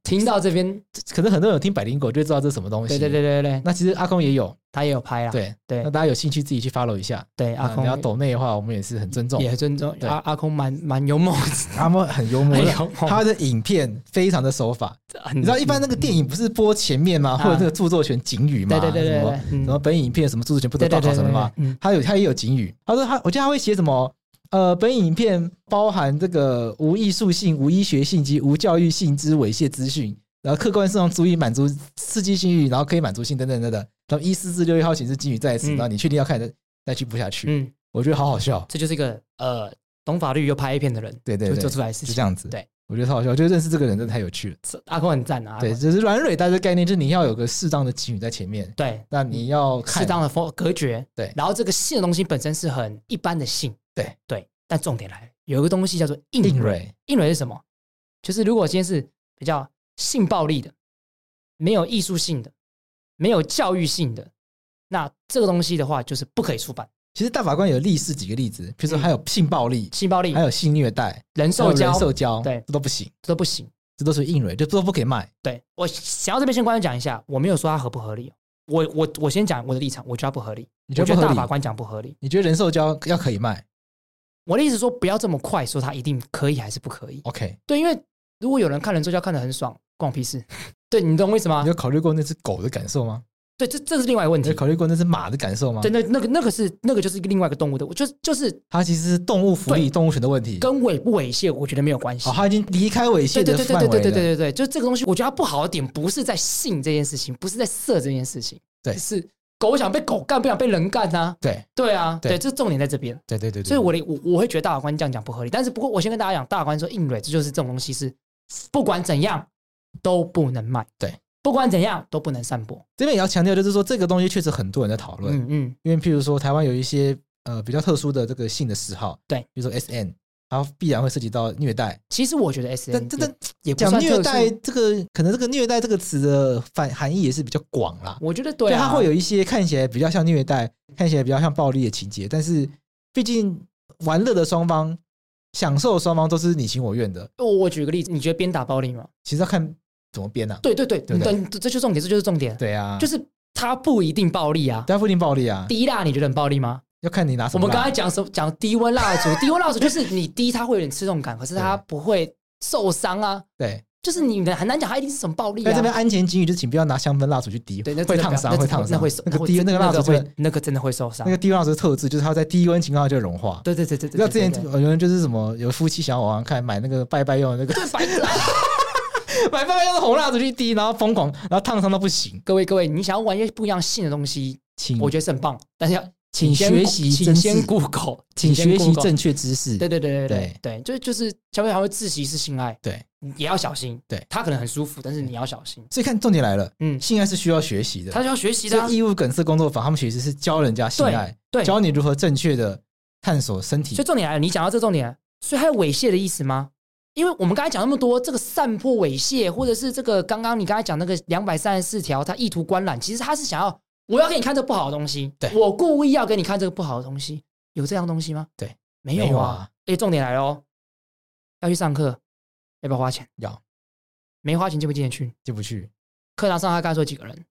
Speaker 3: 听到这边，
Speaker 2: 可能很多人有听百灵果就知道这是什么东西。
Speaker 3: 对，
Speaker 2: 那其实阿空也有，
Speaker 3: 他也有拍啦。
Speaker 2: 对，
Speaker 3: 那
Speaker 2: 大家有兴趣自己去 follow 一下。
Speaker 3: 对，阿空
Speaker 2: 你要抖内的话，我们也是很尊重，
Speaker 3: 也很尊重。阿空蛮幽默的，
Speaker 2: 他们很幽默，他的影片非常的手法。你知道一般那个电影不是播前面吗？或者那个著作权警语吗？
Speaker 3: 对，
Speaker 2: 什么本影片什么著作权不得报考什么吗？他也有警语。他说我记得他会写什么本影片包含这个无艺术性、无医学性及无教育性之猥亵资讯，然后客观上足以满足刺激性欲，然后可以满足性等等等等。然后1446号显示警语在此，然后你确定要看再去播下去。我觉得好好笑。
Speaker 3: 这就是一个懂法律又拍 A 片的人，
Speaker 2: 对，
Speaker 3: 就做出来的事情，
Speaker 2: 就这样子。
Speaker 3: 对，
Speaker 2: 我觉得超好笑，我觉得认识这个人真的太有趣了。
Speaker 3: 阿空很赞啊。
Speaker 2: 对，就是软蕊带的概念，就是你要有个适当的警语在前面。
Speaker 3: 对，
Speaker 2: 那你要看
Speaker 3: 适当的隔绝。
Speaker 2: 对，
Speaker 3: 然后这个性的东西本身是很一般的性。
Speaker 2: 对，
Speaker 3: 但重点来了，有一个东西叫做硬蕊。硬蕊是什么？就是如果今天是比较性暴力的，没有艺术性的，没有教育性的，那这个东西的话就是不可以出版。
Speaker 2: 其实大法官有例示几个例子，比如说还有性暴力，
Speaker 3: 还
Speaker 2: 有性虐待、
Speaker 3: 人兽交，
Speaker 2: 对，这都不行，这都是硬蕊，就都不可以卖。
Speaker 3: 对，我想要这边先讲一下，我没有说它合不合理。我先讲我的立场，我觉得不合理。
Speaker 2: 你觉得不合理？
Speaker 3: 大法官讲不合理。
Speaker 2: 你觉得人兽交要可以卖？
Speaker 3: 我的意思说，不要这么快说它一定可以还是不可以。
Speaker 2: OK，
Speaker 3: 对，因为如果有人看人兽交看得很爽，关我屁事。对，你懂我意思吗？
Speaker 2: 你有考虑过那只狗的感受吗？
Speaker 3: 对，这是另外一个问题。
Speaker 2: 你有考虑过那是马的感受吗？
Speaker 3: 对，那个就是另外一个动物的，就是
Speaker 2: 它其实是动物福利、动物权的问题，
Speaker 3: 跟猥不猥亵我觉得没有关系。
Speaker 2: 它已经离开猥亵的范围了。
Speaker 3: 对，就是这个东西，我觉得它不好的点不是在性这件事情，不是在色这件事情，
Speaker 2: 对，
Speaker 3: 是狗想被狗干，不想被人干啊。对啊，对，这重点在这边。
Speaker 2: 对，
Speaker 3: 所以我会觉得大法官这样讲不合理，但是不过我先跟大家讲，大法官说硬蕊，这就是这种东西是不管怎样都不能卖。对。不管怎样都不能散播。
Speaker 2: 这边也要强调，就是说这个东西确实很多人在讨论。因为譬如说台湾有一些比较特殊的这个性的嗜好，
Speaker 3: 对，
Speaker 2: 比如说 SM， 它必然会涉及到虐待。
Speaker 3: 其实我觉得 SM
Speaker 2: 真的
Speaker 3: 也不算特殊。
Speaker 2: 讲虐待这个，可能这个虐待这个词的含义也是比较广啦。
Speaker 3: 我觉得对啊，
Speaker 2: 它会有一些看起来比较像虐待，看起来比较像暴力的情节，但是毕竟玩乐的双方、享受的双方都是你情我愿的。
Speaker 3: 我举个例子，你觉得鞭打暴力吗？
Speaker 2: 其实要看怎么编啊？
Speaker 3: 对，这就是重点，这就是重点。
Speaker 2: 对啊，
Speaker 3: 就是它不一定暴力啊，
Speaker 2: 它不一定暴力啊。
Speaker 3: 滴蜡你觉得很暴力吗？
Speaker 2: 要看你拿什么。
Speaker 3: 我们刚才讲低温蜡烛，低温蜡烛就是你滴它会有点刺痛感，可是它不会受伤啊。
Speaker 2: 对，
Speaker 3: 就是你很难讲它一定是什么暴力啊。
Speaker 2: 在这边安全警语就是请不要拿香氛蜡烛去滴，
Speaker 3: 对，
Speaker 2: 会烫伤，会烫伤。
Speaker 3: 那个蜡烛会，那个真的会受伤。
Speaker 2: 那个低温蜡烛特质就是它在低温情况下就融化。
Speaker 3: 对。
Speaker 2: 那之前有人就是什么有夫妻想要网上看买那个拜用的那个。
Speaker 3: 对，白纸。
Speaker 2: 买拜用的红蜡烛去滴，然后疯狂，然后烫伤到不行。
Speaker 3: 各位，你想要玩一些不一样性的东西，我觉得是很棒，但是
Speaker 2: 请学习，
Speaker 3: 请先 Google，
Speaker 2: 请学习正确知识。
Speaker 3: 对，就是消费还会自习是性爱，
Speaker 2: 对，
Speaker 3: 也要小心。
Speaker 2: 对，
Speaker 3: 他可能很舒服，但是你要小心。
Speaker 2: 所以看重点来了，性爱是需要学习的，
Speaker 3: 他需要学习的。
Speaker 2: 义务梗塞工作坊，他们其实是教人家性爱，
Speaker 3: 对，
Speaker 2: 教你如何正确的探索身体。
Speaker 3: 所以重点来了，你讲到这重点，所以还有猥亵的意思吗？因为我们刚才讲那么多，这个散播猥亵，或者是这个刚刚你刚才讲那个234条，他意图观览，其实他是想要我要给你看这个不好的东西，对，我故意要给你看这个不好的东西，有这样东西吗？
Speaker 2: 对，
Speaker 3: 没有啊。重点来了哦，要去上课，要不要花钱？
Speaker 2: 要，
Speaker 3: 没花钱进不进得去？
Speaker 2: 进不去。
Speaker 3: 课堂上他刚才说几个人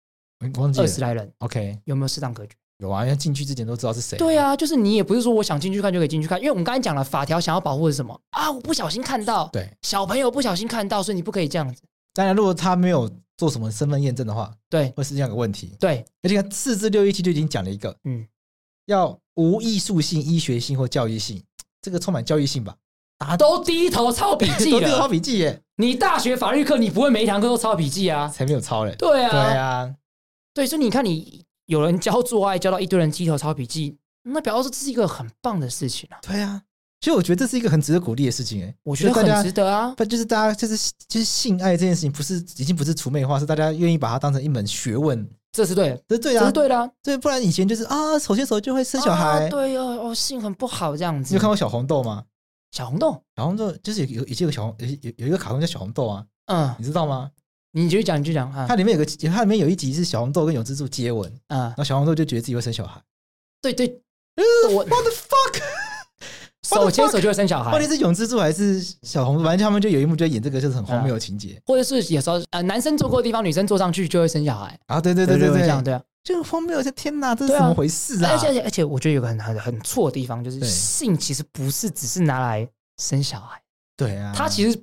Speaker 3: ？20来人。
Speaker 2: OK，
Speaker 3: 有没有适当格局？
Speaker 2: 有啊，因为进去之前都知道是谁。
Speaker 3: 对啊，就是你也不是说我想进去看就可以进去看，因为我们刚才讲了，法条想要保护的是什么啊？我不小心看到，
Speaker 2: 对，
Speaker 3: 小朋友不小心看到，所以你不可以这样子。
Speaker 2: 当然，如果他没有做什么身份验证的话，
Speaker 3: 对，
Speaker 2: 会是这样个问题。
Speaker 3: 对，
Speaker 2: 而且4至617就已经讲了一个，要无艺术性、医学性或教育性，这个充满教育性吧？
Speaker 3: 都低头抄笔记了，
Speaker 2: 都低头抄笔记耶！
Speaker 3: 你大学法律课你不会每一堂课都抄笔记啊？
Speaker 2: 才没有抄嘞！
Speaker 3: 对啊，
Speaker 2: 对啊，
Speaker 3: 对，所以你看你。有人教做爱教到一堆人低头抄笔记，那表示这是一个很棒的事情啊。
Speaker 2: 对啊，所以我觉得这是一个很值得鼓励的事情
Speaker 3: 我觉得很值得啊。
Speaker 2: 就是大家就是性爱这件事情，已经不是除魅化，是大家愿意把它当成一门学问。
Speaker 3: 这是对的，
Speaker 2: 这是对的，
Speaker 3: 这是对的。
Speaker 2: 对，不然以前就是手牵手就会生小孩。
Speaker 3: 对哦，性很不好这样子。
Speaker 2: 你有看过小红豆吗？
Speaker 3: 小红豆
Speaker 2: 就是有一个卡通叫小红豆啊，你知道吗？
Speaker 3: 你继续讲啊！
Speaker 2: 它里面有一集是小红豆跟永之助接吻，然后小红豆就觉得自己会生小孩。
Speaker 3: 对，
Speaker 2: What the fuck？
Speaker 3: 手牵手就会生小孩。
Speaker 2: 到底是永之助还是小红？反正他们就有一幕就演这个，就是很荒谬的情节，
Speaker 3: 或者是有时候男生坐过的地方，女生坐上去就会生小孩
Speaker 2: 啊！对，这
Speaker 3: 样对啊，
Speaker 2: 就荒谬！天哪，这是怎么回事啊？
Speaker 3: 而且我觉得有个很错的地方，就是性其实不是只是拿来生小孩。
Speaker 2: 对啊，
Speaker 3: 它其实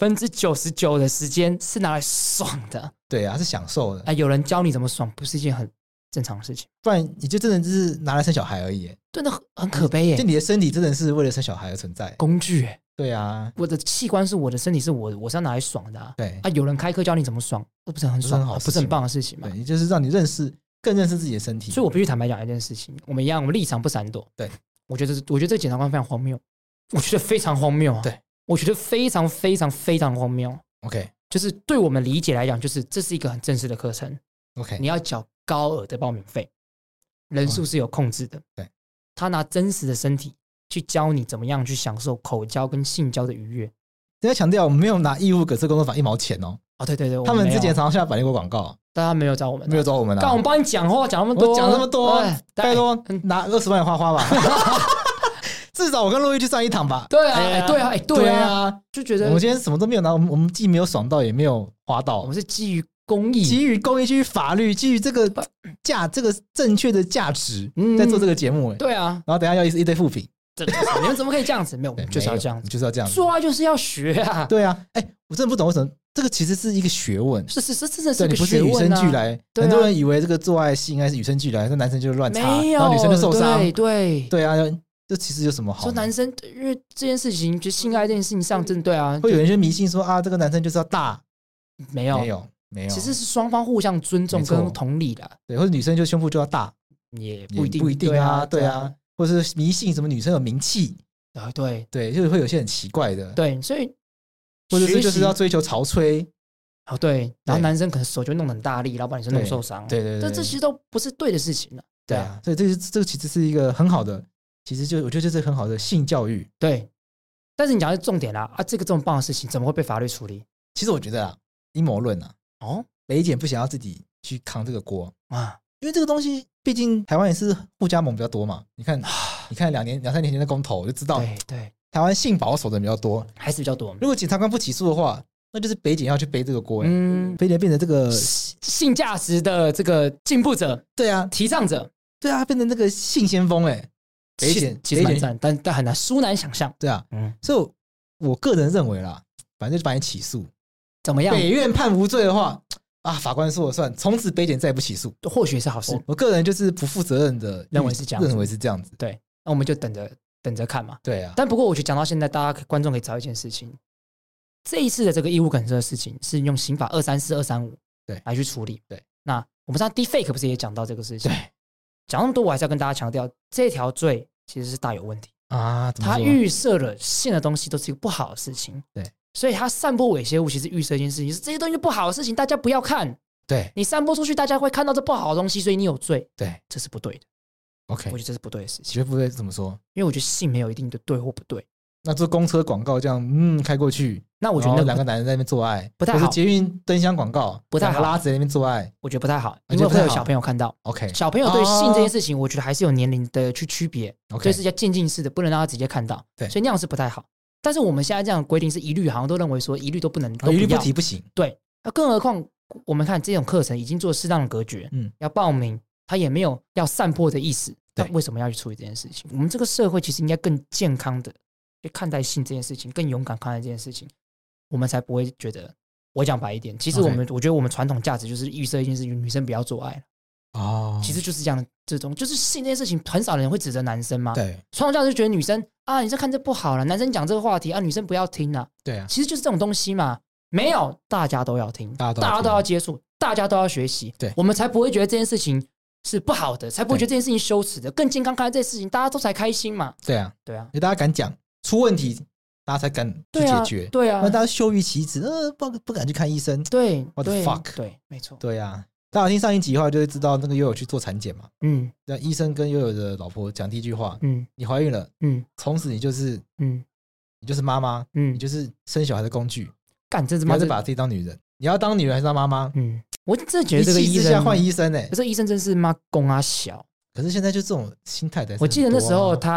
Speaker 3: 99%的时间是拿来爽的。
Speaker 2: 对啊，是享受的。
Speaker 3: 有人教你怎么爽，不是一件很正常的事情，
Speaker 2: 不然你就真的是拿来生小孩而已。
Speaker 3: 对，那很可悲耶。
Speaker 2: 就你的身体真的是为了生小孩而存在，
Speaker 3: 工具耶。
Speaker 2: 对啊，
Speaker 3: 我的器官是我的身体，是我是要拿来爽的。
Speaker 2: 对
Speaker 3: 有人开课教你怎么爽，不是很爽，不是很棒的事情吗？
Speaker 2: 对，就是让你更认识自己的身体。
Speaker 3: 所以我必须坦白讲一件事情，我们立场不闪躲。
Speaker 2: 对，
Speaker 3: 我觉得这个检察官非常荒谬，我觉得非常荒谬。
Speaker 2: 对。
Speaker 3: 我觉得非常非常非常荒谬。
Speaker 2: OK，
Speaker 3: 就是对我们理解来讲，就是这是一个很正式的课程。
Speaker 2: OK，
Speaker 3: 你要缴高额的报名费，人数是有控制的。
Speaker 2: 对，
Speaker 3: 他拿真实的身体去教你怎么样去享受口交跟性交的愉悦。
Speaker 2: 人家强调我们没有拿义务葛色工作坊1毛钱哦。
Speaker 3: 对，
Speaker 2: 他们之前常常下百灵果广告，
Speaker 3: 但他没有找我们，
Speaker 2: 没有找我们啊。
Speaker 3: 干我们帮你讲话讲那么多，
Speaker 2: 我讲那么多，拜托拿20万花吧。至少我跟陆毅去上一堂吧。
Speaker 3: 对啊，就觉得
Speaker 2: 我们今天什么都没有拿，我们既没有爽到，也没有花到。
Speaker 3: 我们是基于公益，
Speaker 2: 基于法律，基于这个正确的价值，在做这个节目。对啊，然后等一下要一堆负评，
Speaker 3: 你们怎么可以这样子？没有，就是要这样子，
Speaker 2: 就是要这样子。
Speaker 3: 做爱就是要学啊。
Speaker 2: 对啊，我真的不懂为什么这个其实是一个学问。
Speaker 3: 是，真的是一个学问啊。
Speaker 2: 你不是与生俱来，很多人以为这个做爱性应该是与生俱来，这男生就乱插，然后女生就受伤。对啊。这其实有什么好？
Speaker 3: 说男生，因为这件事情，就性爱这件事情上，真的对啊，
Speaker 2: 会有人就迷信说这个男生就是要大，
Speaker 3: 没有，其实是双方互相尊重跟同理的。
Speaker 2: 对，或者女生就胸部就要大，
Speaker 3: 也不一定
Speaker 2: 啊，对啊，或者是迷信什么女生有名气，
Speaker 3: 对，
Speaker 2: 就是会有些很奇怪的，
Speaker 3: 对，所以
Speaker 2: 或者是就是要追求潮吹，
Speaker 3: 对，然后男生可能手就弄得很大力，然后把女生弄受伤，
Speaker 2: 对，
Speaker 3: 这些都不是对的事情了，
Speaker 2: 对啊，所以这个其实是一个很好的。其实我觉得这是很好的性教育，对。
Speaker 3: 但是你讲的是重点啦，这个这么棒的事情怎么会被法律处理？
Speaker 2: 其实我觉得阴谋论北检不想要自己去扛这个锅啊，因为这个东西毕竟台湾也是互加盟比较多嘛。你看2-3年前的公投就知道，对，台湾性保守的人比较多，
Speaker 3: 还是比较多。
Speaker 2: 如果检察官不起诉的话，那就是北检要去背这个锅，北检变成这个
Speaker 3: 性价值的这个进步者，对啊，提倡者，对啊，
Speaker 2: 变成那个性先锋北检
Speaker 3: 其实蛮赞，但很难殊难想象。
Speaker 2: 对啊，所以我个人认为啦，反正就把你起诉，
Speaker 3: 怎么样？
Speaker 2: 北院判无罪的话法官说了算，从此北检再也不起诉，
Speaker 3: 或许是好事。
Speaker 2: 我个人就是不负责任的
Speaker 3: 认为是这
Speaker 2: 样子。
Speaker 3: 对，那我们就等着看嘛。
Speaker 2: 对啊，
Speaker 3: 但不过我觉得讲到现在，大家观众可以知道一件事情，这一次的这个义务梗塞的事情是用刑法234、235来去处理。对，那我们上 Deepfake 不是也讲到这个事情？对。讲那么多，我还是要跟大家强调，这条罪其实是大有问题啊！它预设了性的东西都是一个不好的事情，对，所以它散播猥亵物，其实预设一件事情是这些东西不好的事情，大家不要看。对，你散播出去，大家会看到这不好的东西，所以你有罪。对，这是不对的。OK， 我觉得这是不对的事情。
Speaker 2: 绝不对，怎么说？
Speaker 3: 因为我觉得性没有一定的对或不对。
Speaker 2: 那做公车广告这样，开过去，
Speaker 3: 那我觉得
Speaker 2: 两个男人在那边做爱
Speaker 3: 不太好。
Speaker 2: 或者捷运灯箱广告
Speaker 3: 不太好，
Speaker 2: 拉子在那边做爱，
Speaker 3: 我觉得不太好，因为会有小朋友看到。OK， 小朋友对性这件事情，我觉得还是有年龄的去区别，所以是要渐进式的，不能让他直接看到。对，所以那样是不太好。但是我们现在这样的规定是一律，好像都认为说一律都不能，
Speaker 2: 一律不提不行。
Speaker 3: 对，更何况我们看这种课程已经做适当的隔绝，要报名，他也没有要散播的意思，那为什么要去处理这件事情？我们这个社会其实应该更健康的去看待性这件事情，更勇敢看待这件事情，我们才不会觉得。我讲白一点，其实我觉得我们传统价值就是预设一件事情，女生不要做爱了。哦，其实就是这样的，这种就是性这件事情，很少人会指责男生嘛。对，传统价值就觉得女生女生看这不好了，男生讲这个话题女生不要听啊。对啊，其实就是这种东西嘛。没有，大家都要听，大家都要接触，大家都要学习，对，我们才不会觉得这件事情是不好的，才不会觉得这件事情羞耻的，更健康看待这件事情，大家都才开心嘛。对啊，对啊，因
Speaker 2: 为大家敢讲，出问题大家才敢去解决。对啊，那大家羞于启齿，不敢去看医生。对 ，What the fuck？ 对，没错。对啊，大家听上一集的话，就会知道那个悠悠去做产检嘛。那医生跟悠悠的老婆讲第一句话，你怀孕了，从此你就是妈妈，你就是生小孩的工具。干，这他妈是把自己当女人，你要当女人还是当妈妈？
Speaker 3: 我真的觉得这个医生
Speaker 2: 换医生
Speaker 3: 这医生真是妈公小。
Speaker 2: 可是现在就这种心态的。
Speaker 3: 我记得那时候他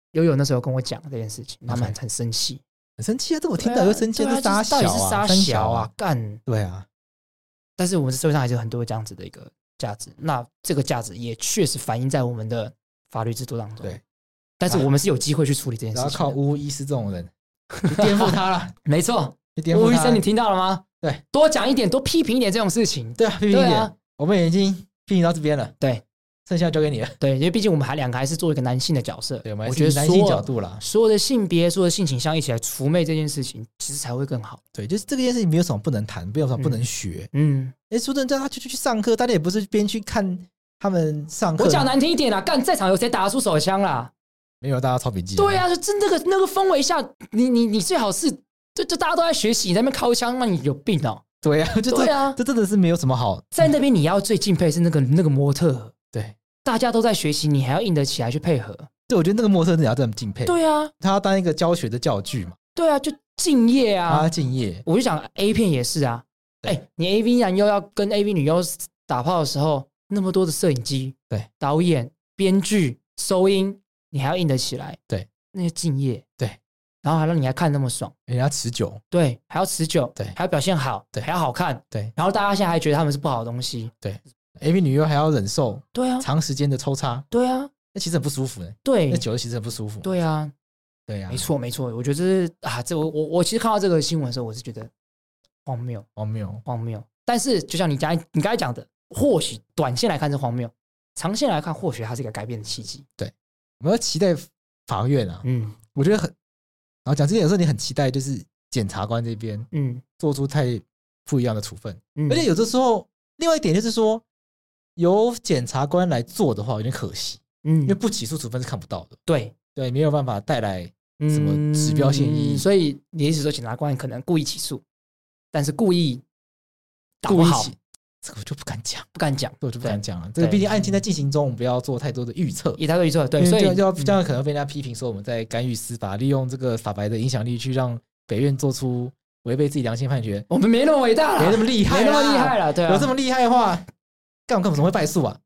Speaker 3: 悠悠那时候跟我讲这件事情，他们很生气，
Speaker 2: 很生气啊！这我听到又生气，这傻小啊，
Speaker 3: 到底是傻小啊，干
Speaker 2: 对啊。
Speaker 3: 但是我们社会上还是有很多这样子的一个价值，那这个价值也确实反映在我们的法律制度当中。
Speaker 2: 对，
Speaker 3: 但是我们是有机会去处理这件事情，
Speaker 2: 然后靠巫医师这种人去颠覆他了。
Speaker 3: 没错，巫医生你听到了吗？
Speaker 2: 对，
Speaker 3: 多讲一点，多批评一点这种事情。
Speaker 2: 对啊，批评一点，我们已经批评到这边了。
Speaker 3: 对。
Speaker 2: 剩下交给你了。
Speaker 3: 对，因为毕竟我们两个还是做一个男性的角色，
Speaker 2: 对，我觉得男性角度啦，
Speaker 3: 所有的性别、所有的性倾向一起来除魅这件事情，其实才会更好。
Speaker 2: 对，就是这件事情没有什么不能谈，没有什么不能学。苏正叫他去上课，大家也不是边去看他们上课。
Speaker 3: 我讲难听一点啦，干在场有谁打得出手枪啦？
Speaker 2: 没有，大家抄笔记。
Speaker 3: 对啊，就那个氛围下，你最好是就大家都在学习，你在那边靠枪，那你有病哦。
Speaker 2: 对啊，对啊，这真的是没有什么好。
Speaker 3: 在那边你要最敬佩是那个模特，
Speaker 2: 对。
Speaker 3: 大家都在学习，你还要硬得起来去配合。
Speaker 2: 对，我觉得那个模特真的要这么敬佩。
Speaker 3: 对啊，
Speaker 2: 他要当一个教学的教具嘛。
Speaker 3: 对啊，就敬业啊。
Speaker 2: 他敬业。
Speaker 3: 我就想 A 片也是啊。你 AV 男优要跟 AV 女优打炮的时候，那么多的摄影机、
Speaker 2: 对，
Speaker 3: 导演、编剧、收音，你还要硬得起来。
Speaker 2: 对，
Speaker 3: 那些敬业。
Speaker 2: 对，
Speaker 3: 然后还让你还看那么爽，
Speaker 2: 人家持久。
Speaker 3: 对，还要持久。
Speaker 2: 对，
Speaker 3: 还要表现好。
Speaker 2: 对，
Speaker 3: 还要好看。
Speaker 2: 对，
Speaker 3: 然后大家现在还觉得他们是不好的东西。
Speaker 2: 对。AV 女优还要忍受，
Speaker 3: 对啊，
Speaker 2: 长时间的抽插，
Speaker 3: 对啊，
Speaker 2: 那其实很不舒服的，
Speaker 3: 对，
Speaker 2: 那久了其实很不舒服，
Speaker 3: 对啊，
Speaker 2: 对啊，
Speaker 3: 没错没错，我觉得这是这我其实看到这个新闻的时候，我是觉得荒谬，但是就像你刚才讲的，或许短线来看是荒谬，长线来看或许它是一个改变的契机。
Speaker 2: 对，我们要期待法院啊，我觉得很，然后讲之前有时候你很期待就是检察官这边，做出太不一样的处分，而且有的时候另外一点就是说。由检察官来做的话有点可惜，因为不起诉处分是看不到的，对，没有办法带来什么指标性意义，
Speaker 3: 所以你意思说检察官可能故意起诉，但是故意打不好，
Speaker 2: 这个我就不敢讲，
Speaker 3: 我
Speaker 2: 就不敢讲了。这个毕竟案件在进行中，我们不要做太多的预测，
Speaker 3: 也太多预测，对，所以
Speaker 2: 这样可能被人家批评说我们在干预司法，利用这个法白的影响力去让北院做出违背自己良心判决。
Speaker 3: 我们没那么伟大，
Speaker 2: 没那么厉害，
Speaker 3: 没那么厉害了，对啊，
Speaker 2: 有这么厉害的话。干什么会败诉啊？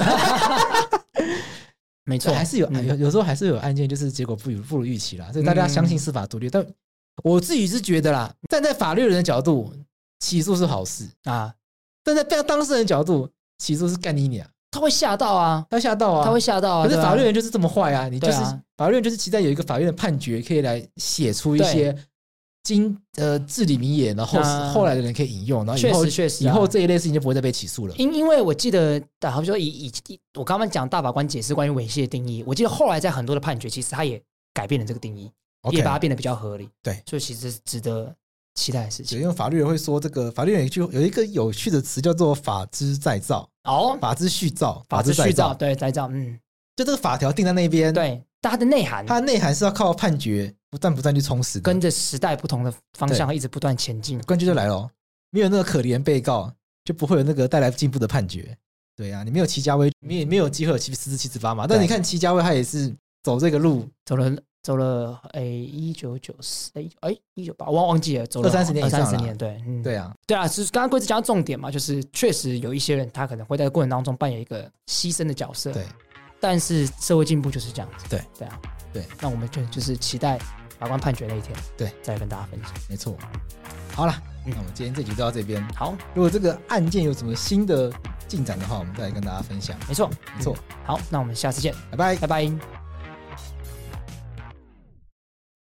Speaker 3: 没错，
Speaker 2: 还是有时候还是有案件，就是结果不如预期啦。所以大家相信司法独立，但我自己是觉得啦，站在法律人的角度，起诉是好事啊；但在当事人的角度，起诉是干你娘，
Speaker 3: 他会吓到啊，
Speaker 2: 他会吓到啊。可是法律人就是这么坏啊，你就是法律人就是期待有一个法院的判决可以来写出一些。至理名言，然后后来的人可以引用，然后
Speaker 3: 确实
Speaker 2: 以后这一类事情就不会再被起诉了。
Speaker 3: 因为我记得，好比说我刚刚讲大法官解释关于猥亵的定义，我记得后来在很多的判决，其实他也改变了这个定义，也把它变得比较合理。
Speaker 2: 对，
Speaker 3: 所以其实是值得期待的事情。
Speaker 2: 因为法律人会说，这个法律人有一个有趣的词叫做法之再造，法之续造，
Speaker 3: 法之续造，对，再造，
Speaker 2: 就这个法条定在那边，
Speaker 3: 对，但它的内涵
Speaker 2: 是要靠判决不断去充实的，
Speaker 3: 跟着时代不同的方向一直不断前进。
Speaker 2: 关键就来了，没有那个可怜被告，就不会有那个带来进步的判决。对啊，你没有齐家威，你也没有机会有7478嘛。但你看齐家威，他也是走这个路，走了1998，我忘记了，走了20-30年以上了，20-30年，对，对啊，
Speaker 3: 对啊，是刚刚贵子讲到重点嘛，就是确实有一些人他可能会在过程当中扮演一个牺牲的角色，
Speaker 2: 对，
Speaker 3: 但是社会进步就是这样子，
Speaker 2: 对
Speaker 3: 啊，
Speaker 2: 对，
Speaker 3: 那我们就是期待法官判决那一天，
Speaker 2: 对，
Speaker 3: 再来跟大家分享，
Speaker 2: 没错。好了，那我们今天这集就到这边。
Speaker 3: 好，
Speaker 2: 如果这个案件有什么新的进展的话，我们再来跟大家分享。
Speaker 3: 没错，
Speaker 2: 没错。
Speaker 3: 好，那我们下次见，
Speaker 2: 拜拜，
Speaker 3: 拜拜。